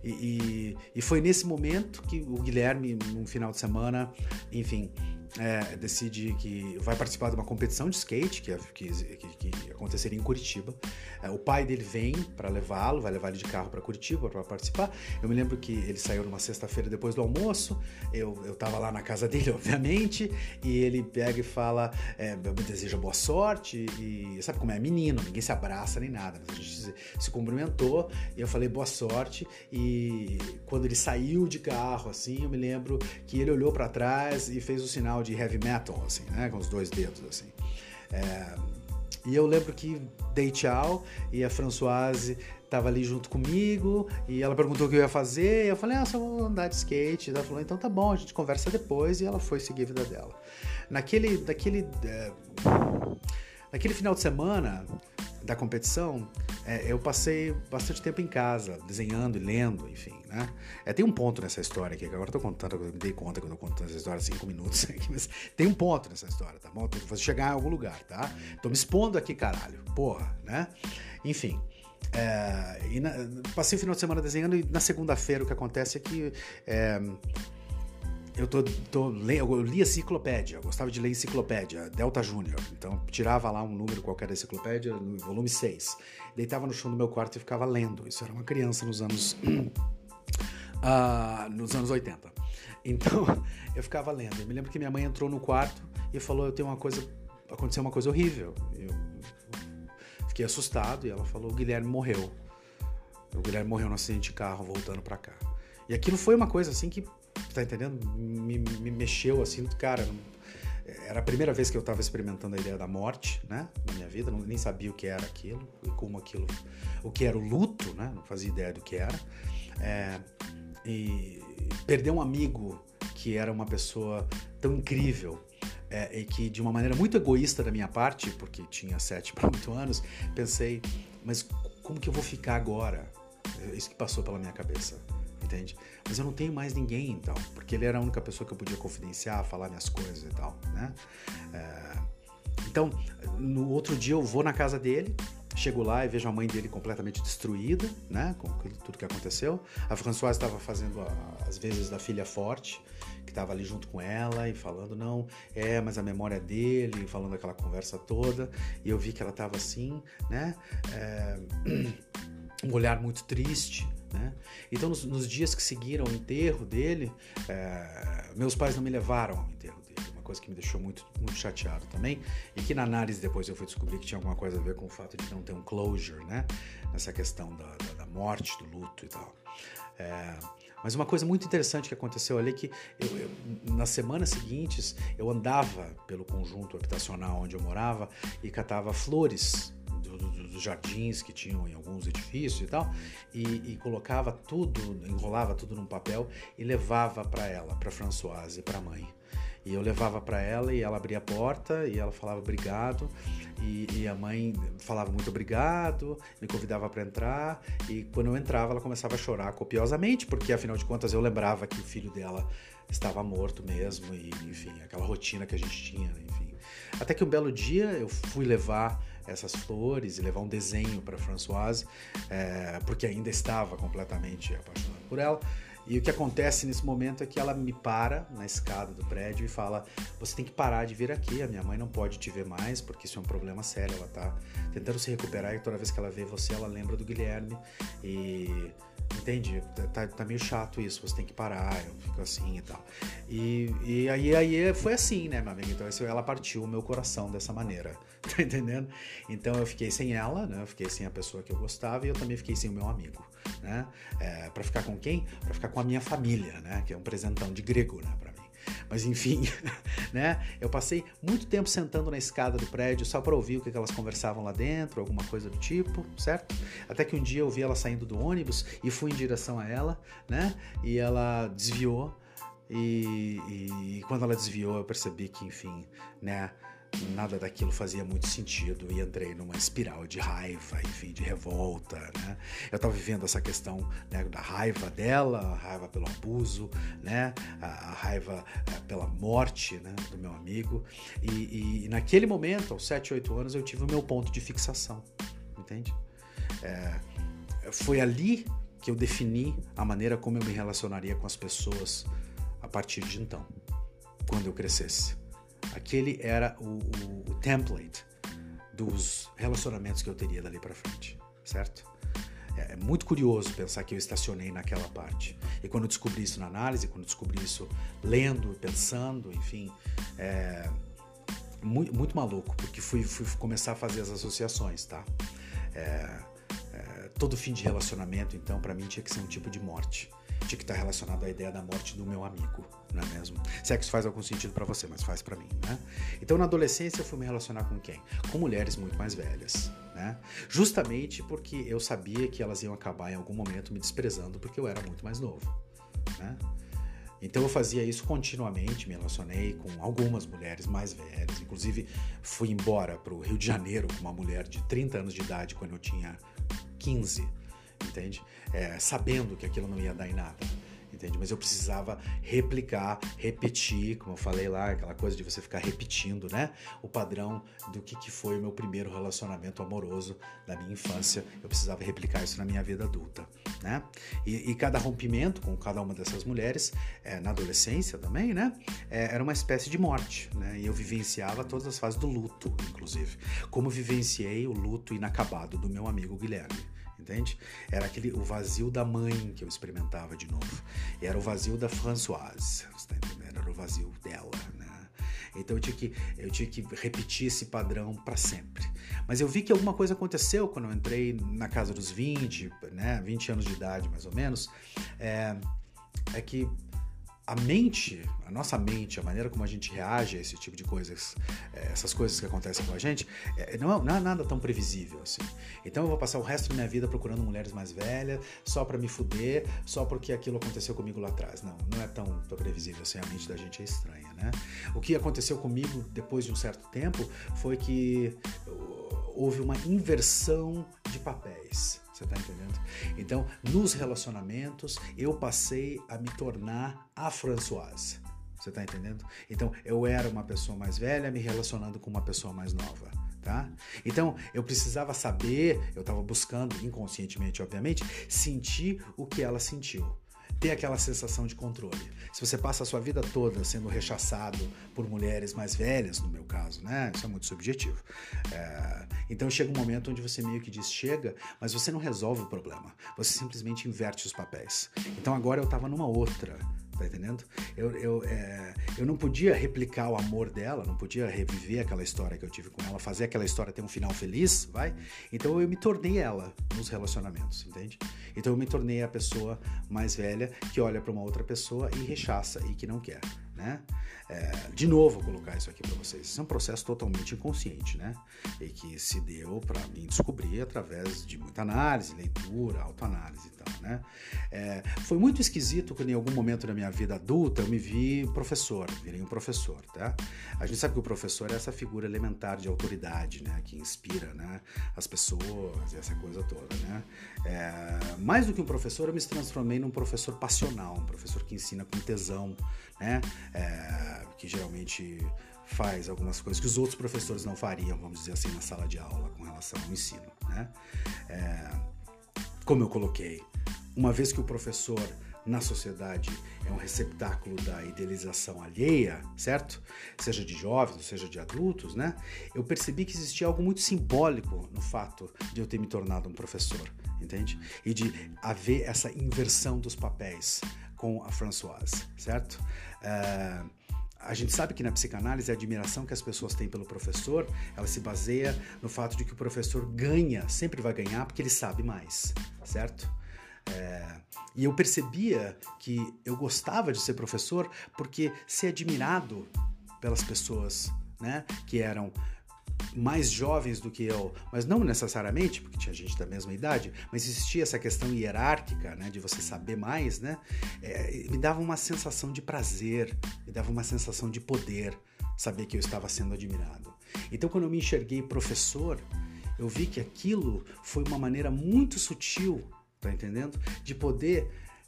e, e, e foi nesse momento que o Guilherme, num final de semana, enfim, é, decide que vai participar de uma competição de skate que, que, que, que aconteceria em Curitiba. É, o pai dele vem para levá-lo, vai levar ele de carro para Curitiba para participar. Eu me lembro que ele saiu numa sexta-feira depois do almoço, eu, eu tava lá na casa dele, obviamente, e ele pega e fala, é, me deseja boa sorte, e sabe como é? Menino, ninguém se abraça nem nada, mas a gente se, se cumprimentou, e eu falei boa sorte, e quando ele saiu de carro, assim, eu me lembro que ele olhou para trás e fez o sinal de heavy metal, assim, né, com os dois dedos, assim. É, e eu lembro que dei tchau, e a Françoise estava ali junto comigo, e ela perguntou o que eu ia fazer, e eu falei, ah, só vou andar de skate. E ela falou, então tá bom, a gente conversa depois, e ela foi seguir a vida dela. Naquele, naquele, é, naquele final de semana da competição, é, eu passei bastante tempo em casa, desenhando e lendo, enfim, né? É, tem um ponto nessa história aqui, que agora eu tô contando, eu me dei conta que eu tô contando essa história há cinco minutos aqui, mas tem um ponto nessa história, tá bom? Eu vou chegar em algum lugar, tá? Tô me expondo aqui, caralho, porra, né? Enfim, é, e na, passei o final de semana desenhando, e na segunda-feira o que acontece é que é, eu, tô, tô, eu li a enciclopédia, eu gostava de ler enciclopédia, Delta Júnior, então tirava lá um número qualquer da enciclopédia, no volume seis, deitava no chão do meu quarto e ficava lendo. Isso era uma criança nos anos uh, nos anos oitenta. Então eu ficava lendo. Eu me lembro que minha mãe entrou no quarto e falou, eu tenho uma coisa, aconteceu uma coisa horrível. Eu fiquei assustado e ela falou, o Guilherme morreu. O Guilherme morreu num acidente de carro voltando pra cá. E aquilo foi uma coisa assim que, tá entendendo? Me, me mexeu assim, cara. Não, era a primeira vez que eu estava experimentando a ideia da morte, né, na minha vida. Não, nem sabia o que era aquilo, e como aquilo, o que era o luto, né, não fazia ideia do que era. É, e perder um amigo que era uma pessoa tão incrível, é, e que de uma maneira muito egoísta da minha parte, porque tinha sete para oito anos, pensei, mas como que eu vou ficar agora? Isso que passou pela minha cabeça. Entende? Mas eu não tenho mais ninguém, então, porque ele era a única pessoa que eu podia confidenciar, falar minhas coisas e tal, né? É, então, no outro dia eu vou na casa dele, chego lá e vejo a mãe dele completamente destruída, né? Com tudo que aconteceu. A Françoise estava fazendo a, as vezes da filha forte, que estava ali junto com ela e falando, não, é, mas a memória dele, falando aquela conversa toda, e eu vi que ela estava assim, né? É, um olhar muito triste, né? Então, nos, nos dias que seguiram o enterro dele, é, meus pais não me levaram ao enterro dele, uma coisa que me deixou muito, muito chateado também, e que na análise depois eu fui descobrir que tinha alguma coisa a ver com o fato de não ter um closure, né? Nessa questão da, da, da morte, do luto e tal. É, mas uma coisa muito interessante que aconteceu ali é que eu, eu, nas semanas seguintes eu andava pelo conjunto habitacional onde eu morava e catava flores dos jardins que tinham em alguns edifícios e tal, e, e colocava tudo, enrolava tudo num papel e levava para ela, para Françoise, para a mãe. E eu levava para ela e ela abria a porta e ela falava obrigado, e, e a mãe falava muito obrigado, me convidava para entrar, e quando eu entrava ela começava a chorar copiosamente, porque afinal de contas eu lembrava que o filho dela estava morto mesmo, e enfim, aquela rotina que a gente tinha, enfim. Até que um belo dia eu fui levar essas flores e levar um desenho para Françoise, é, porque ainda estava completamente apaixonado por ela. E o que acontece nesse momento é que ela me para na escada do prédio e fala, você tem que parar de vir aqui, a minha mãe não pode te ver mais, porque isso é um problema sério, ela tá tentando se recuperar e toda vez que ela vê você, ela lembra do Guilherme e... Entende? Tá, tá meio chato isso, você tem que parar, eu fico assim e tal. E, e aí, aí foi assim, né, meu amigo? Então ela partiu o meu coração dessa maneira, tá entendendo? Então eu fiquei sem ela, né? Eu fiquei sem a pessoa que eu gostava e eu também fiquei sem o meu amigo, né? É, pra ficar com quem? Pra ficar com a minha família, né? Que é um presentão de grego, né, pra mim. Mas enfim, né? Eu passei muito tempo sentando na escada do prédio só para ouvir o que elas conversavam lá dentro, alguma coisa do tipo, certo? Até que um dia eu vi ela saindo do ônibus e fui em direção a ela, né? E ela desviou e, e, e quando ela desviou eu percebi que, enfim, né? Nada daquilo fazia muito sentido e entrei numa espiral de raiva, enfim, de revolta, né? Eu estava vivendo essa questão, né, da raiva dela, a raiva pelo abuso, né? A, a raiva a, pela morte, né, do meu amigo. E, e, e naquele momento, aos sete, oito anos, eu tive o meu ponto de fixação, entende? É, foi ali que eu defini a maneira como eu me relacionaria com as pessoas a partir de então, quando eu crescesse. Aquele era o, o, o template dos relacionamentos que eu teria dali para frente, certo? É, é muito curioso pensar que eu estacionei naquela parte. E quando eu descobri isso na análise, quando eu descobri isso lendo, pensando, enfim, é muito, muito maluco, porque fui, fui começar a fazer as associações, tá? É, é, todo fim de relacionamento, então, para mim tinha que ser um tipo de morte. Tinha que estar relacionado à ideia da morte do meu amigo, não é mesmo? Se é que isso faz algum sentido para você, mas faz para mim, né? Então, na adolescência, eu fui me relacionar com quem? Com mulheres muito mais velhas, né? Justamente porque eu sabia que elas iam acabar em algum momento me desprezando porque eu era muito mais novo, né? Então eu fazia isso continuamente, me relacionei com algumas mulheres mais velhas, inclusive fui embora para o Rio de Janeiro com uma mulher de trinta anos de idade quando eu tinha quinze, entende? É, sabendo que aquilo não ia dar em nada, entende? Mas eu precisava replicar, repetir, como eu falei lá, aquela coisa de você ficar repetindo, né? O padrão do que, que foi o meu primeiro relacionamento amoroso da minha infância. Eu precisava replicar isso na minha vida adulta, né? E, e cada rompimento com cada uma dessas mulheres, é, na adolescência também, né? É, era uma espécie de morte, né? E eu vivenciava todas as fases do luto, inclusive. Como vivenciei o luto inacabado do meu amigo Guilherme. Entende? Era aquele, o vazio da mãe que eu experimentava de novo. Era o vazio da Françoise, você tá entendendo? Era o vazio dela, né? Então eu tinha que, eu tinha que repetir esse padrão para sempre. Mas eu vi que alguma coisa aconteceu quando eu entrei na casa dos vinte, né? vinte anos de idade, mais ou menos. É, é que a mente, a nossa mente, a maneira como a gente reage a esse tipo de coisas, essas coisas que acontecem com a gente, não é, não é nada tão previsível assim. Então eu vou passar o resto da minha vida procurando mulheres mais velhas, só pra me fuder, só porque aquilo aconteceu comigo lá atrás. Não, não é tão, tão previsível assim, a mente da gente é estranha, né? O que aconteceu comigo depois de um certo tempo foi que houve uma inversão de papéis. Você tá entendendo? Então, nos relacionamentos, eu passei a me tornar a Françoise. Você tá entendendo? Então, eu era uma pessoa mais velha me relacionando com uma pessoa mais nova, tá? Então, eu precisava saber, eu estava buscando, inconscientemente, obviamente, sentir o que ela sentiu. Ter aquela sensação de controle. Se você passa a sua vida toda sendo rechaçado por mulheres mais velhas, no meu caso, né? Isso é muito subjetivo. É... Então chega um momento onde você meio que diz chega, mas você não resolve o problema. Você simplesmente inverte os papéis. Então agora eu tava numa outra, tá entendendo? Eu, eu, é... eu não podia replicar o amor dela, não podia reviver aquela história que eu tive com ela, fazer aquela história ter um final feliz, vai? Então eu me tornei ela nos relacionamentos, entende? Então eu me tornei a pessoa mais velha que olha para uma outra pessoa e rechaça e que não quer, né? É, de novo, vou colocar isso aqui para vocês. Isso é um processo totalmente inconsciente, né? E que se deu para mim descobrir através de muita análise, leitura, autoanálise e tal, né? É, foi muito esquisito quando em algum momento da minha vida adulta eu me vi professor, virei um professor, tá? A gente sabe que o professor é essa figura elementar de autoridade, né? Que inspira, né? As pessoas, essa coisa toda, né? É, mais do que um professor, eu me transformei num professor passional, um professor que ensina com tesão, né? É, que geralmente faz algumas coisas que os outros professores não fariam, vamos dizer assim, na sala de aula com relação ao ensino, né? É, como eu coloquei, uma vez que o professor na sociedade é um receptáculo da idealização alheia, certo? Seja de jovens, seja de adultos, né? Eu percebi que existia algo muito simbólico no fato de eu ter me tornado um professor, entende? E de haver essa inversão dos papéis com a Françoise, certo? Uh, a gente sabe que na psicanálise a admiração que as pessoas têm pelo professor, ela se baseia no fato de que o professor ganha, sempre vai ganhar porque ele sabe mais, certo? É, e eu percebia que eu gostava de ser professor porque ser admirado pelas pessoas, né, que eram mais jovens do que eu, mas não necessariamente, porque tinha gente da mesma idade, mas existia essa questão hierárquica, né, de você saber mais, né, é, me dava uma sensação de prazer, me dava uma sensação de poder, saber que eu estava sendo admirado. Então, quando eu me enxerguei professor, eu vi que aquilo foi uma maneira muito sutil, tá entendendo? De poder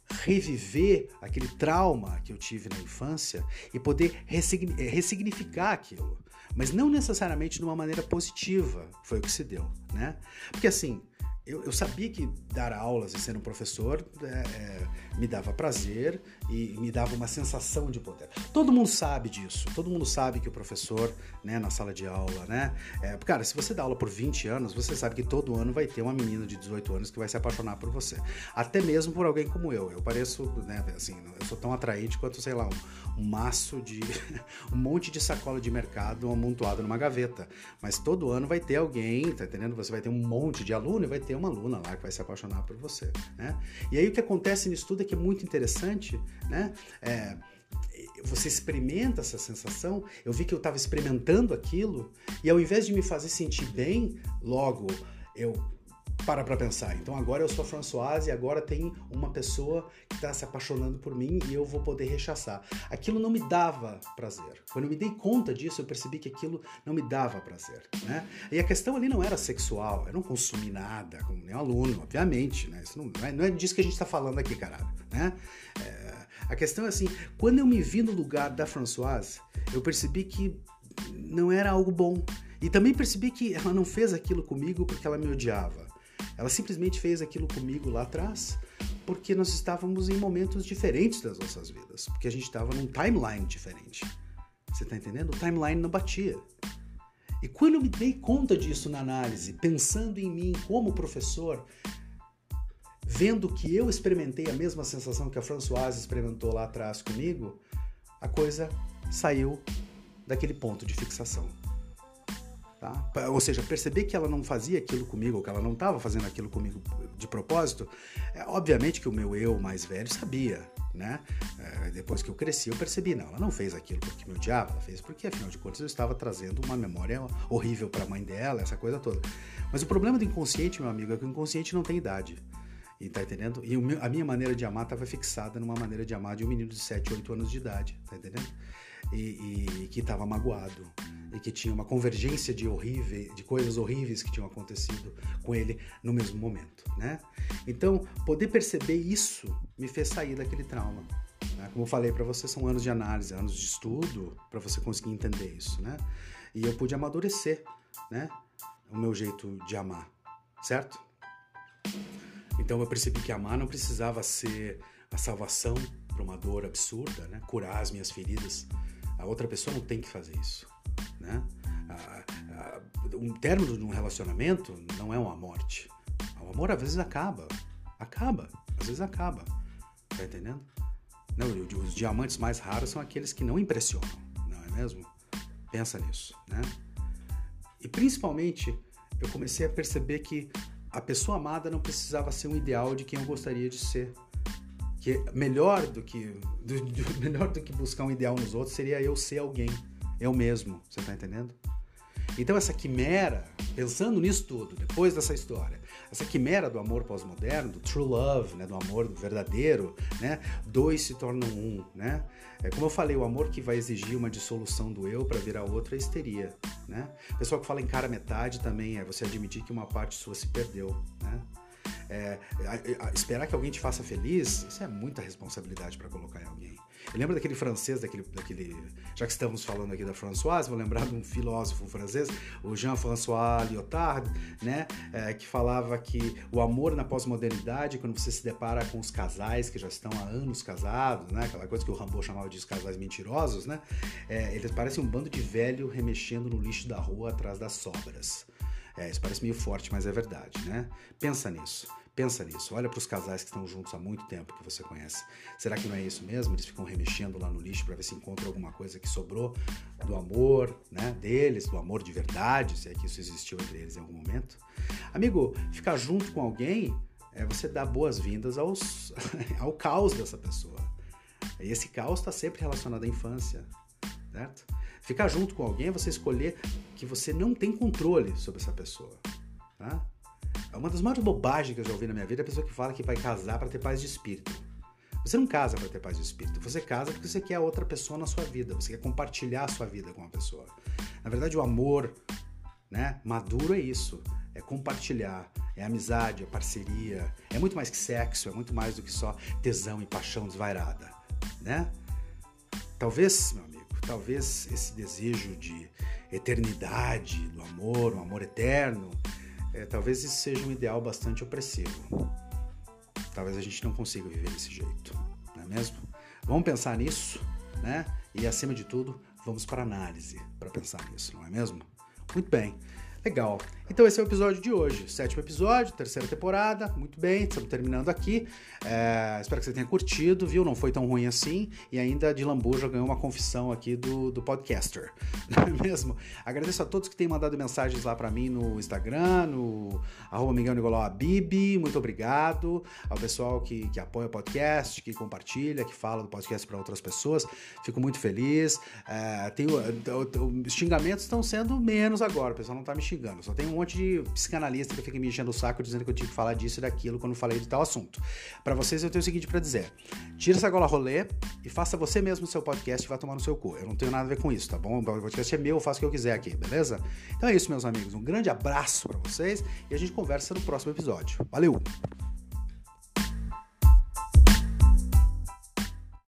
reviver aquele trauma que eu tive na infância e poder ressignificar aquilo. Mas não necessariamente de uma maneira positiva, foi o que se deu, né? Porque assim, Eu, eu sabia que dar aulas e ser um professor é, é, me dava prazer e me dava uma sensação de poder. Todo mundo sabe disso, todo mundo sabe que o professor, né, na sala de aula, né? É, cara, se você dá aula por vinte anos, você sabe que todo ano vai ter uma menina de dezoito anos que vai se apaixonar por você. Até mesmo por alguém como eu. Eu pareço, né, assim, eu sou tão atraente quanto, sei lá, um, um maço de... um monte de sacola de mercado amontoado numa gaveta. Mas todo ano vai ter alguém, tá entendendo? Você vai ter um monte de aluno e vai ter uma aluna lá que vai se apaixonar por você, né? E aí o que acontece nisso tudo é que é muito interessante, né? É, você experimenta essa sensação. Eu vi que eu estava experimentando aquilo e ao invés de me fazer sentir bem, logo eu para pra pensar. Então agora eu sou a Françoise e agora tem uma pessoa que está se apaixonando por mim e eu vou poder rechaçar. Aquilo não me dava prazer. Quando eu me dei conta disso, eu percebi que aquilo não me dava prazer, né? E a questão ali não era sexual, eu não consumi nada, como nenhum aluno, obviamente, né? Isso não, não, é, não é disso que a gente está falando aqui, caralho, né? É, a questão é assim, quando eu me vi no lugar da Françoise, eu percebi que não era algo bom. E também percebi que ela não fez aquilo comigo porque ela me odiava. Ela simplesmente fez aquilo comigo lá atrás porque nós estávamos em momentos diferentes das nossas vidas, porque a gente estava num timeline diferente. Você está entendendo? O timeline não batia. E quando eu me dei conta disso na análise, pensando em mim como professor, vendo que eu experimentei a mesma sensação que a Françoise experimentou lá atrás comigo, a coisa saiu daquele ponto de fixação. Tá? Ou seja, perceber que ela não fazia aquilo comigo, ou que ela não estava fazendo aquilo comigo de propósito, é, obviamente que o meu eu mais velho sabia, né? É, depois que eu cresci, eu percebi, não, ela não fez aquilo porque me odiava, ela fez porque, afinal de contas, eu estava trazendo uma memória horrível para a mãe dela, essa coisa toda. Mas o problema do inconsciente, meu amigo, é que o inconsciente não tem idade. E tá entendendo? E o meu, a minha maneira de amar estava fixada numa maneira de amar de um menino de sete, oito anos de idade, tá entendendo? E, e que estava magoado e que tinha uma convergência de horrível, de coisas horríveis que tinham acontecido com ele no mesmo momento, né? Então, poder perceber isso me fez sair daquele trauma, né? Como eu falei para você, são anos de análise, anos de estudo para você conseguir entender isso, né? E eu pude amadurecer, né, o meu jeito de amar, certo? Então eu percebi que amar não precisava ser a salvação para uma dor absurda, né? Curar as minhas feridas. A outra pessoa não tem que fazer isso, né? A, a, um término de um relacionamento não é uma morte. O amor às vezes acaba, acaba, às vezes acaba, tá entendendo? Não, os diamantes mais raros são aqueles que não impressionam, não é mesmo? Pensa nisso, né? E principalmente eu comecei a perceber que a pessoa amada não precisava ser um ideal de quem eu gostaria de ser. Que melhor do que, do, do, melhor do que buscar um ideal nos outros seria eu ser alguém, eu mesmo, você tá entendendo? Então essa quimera, pensando nisso tudo, depois dessa história, essa quimera do amor pós-moderno, do true love, né, do amor verdadeiro, né, dois se tornam um, né? É, como eu falei, o amor que vai exigir uma dissolução do eu para virar outra é histeria, né? O pessoal que fala em cara metade também é você admitir que uma parte sua se perdeu, né? É, a, a, esperar que alguém te faça feliz, isso é muita responsabilidade para colocar em alguém. Eu lembro daquele francês, daquele, daquele, já que estamos falando aqui da Françoise, vou lembrar de um filósofo francês, o Jean-François Lyotard, né, é, que falava que o amor na pós-modernidade, quando você se depara com os casais que já estão há anos casados, né, aquela coisa que o Rimbaud chamava de casais mentirosos, né, é, eles parecem um bando de velho remexendo no lixo da rua atrás das sobras. É, isso parece meio forte, mas é verdade, né? Pensa nisso, pensa nisso. Olha para os casais que estão juntos há muito tempo, que você conhece. Será que não é isso mesmo? Eles ficam remexendo lá no lixo para ver se encontra alguma coisa que sobrou do amor, né, deles, do amor de verdade, se é que isso existiu entre eles em algum momento. Amigo, ficar junto com alguém é você dar boas-vindas aos, ao caos dessa pessoa. E esse caos está sempre relacionado à infância, certo? Ficar junto com alguém é você escolher que você não tem controle sobre essa pessoa, tá? Uma das maiores bobagens que eu já ouvi na minha vida é a pessoa que fala que vai casar para ter paz de espírito. Você não casa para ter paz de espírito, você casa porque você quer outra pessoa na sua vida, você quer compartilhar a sua vida com uma pessoa. Na verdade, o amor, né, maduro é isso, é compartilhar, é amizade, é parceria, é muito mais que sexo, é muito mais do que só tesão e paixão desvairada, né? Talvez, meu amigo, talvez esse desejo de eternidade, do amor, um amor eterno, é, talvez isso seja um ideal bastante opressivo. Talvez a gente não consiga viver desse jeito, não é mesmo? Vamos pensar nisso, né? E acima de tudo, vamos para a análise para pensar nisso, não é mesmo? Muito bem. Legal. Então esse é o episódio de hoje. Sétimo episódio, terceira temporada. Muito bem, estamos terminando aqui. É, espero que você tenha curtido, viu? Não foi tão ruim assim. E ainda de lambuja ganhou uma confissão aqui do, do podcaster. Não é mesmo? Agradeço a todos que têm mandado mensagens lá para mim no Instagram, no arroba Miguel Nicolau Habib. Muito obrigado. Ao pessoal que, que apoia o podcast, que compartilha, que fala do podcast para outras pessoas. Fico muito feliz. É, tenho, os xingamentos estão sendo menos agora. O pessoal não está me xingando. Só tem um monte de psicanalista que fica me enchendo o saco dizendo que eu tinha que falar disso e daquilo quando falei de tal assunto. Para vocês eu tenho o seguinte para dizer: tira essa gola rolê e faça você mesmo o seu podcast e vá tomar no seu cu. Eu não tenho nada a ver com isso, tá bom? O podcast é meu, eu faço o que eu quiser aqui, beleza? Então é isso, meus amigos. Um grande abraço para vocês e a gente conversa no próximo episódio. Valeu!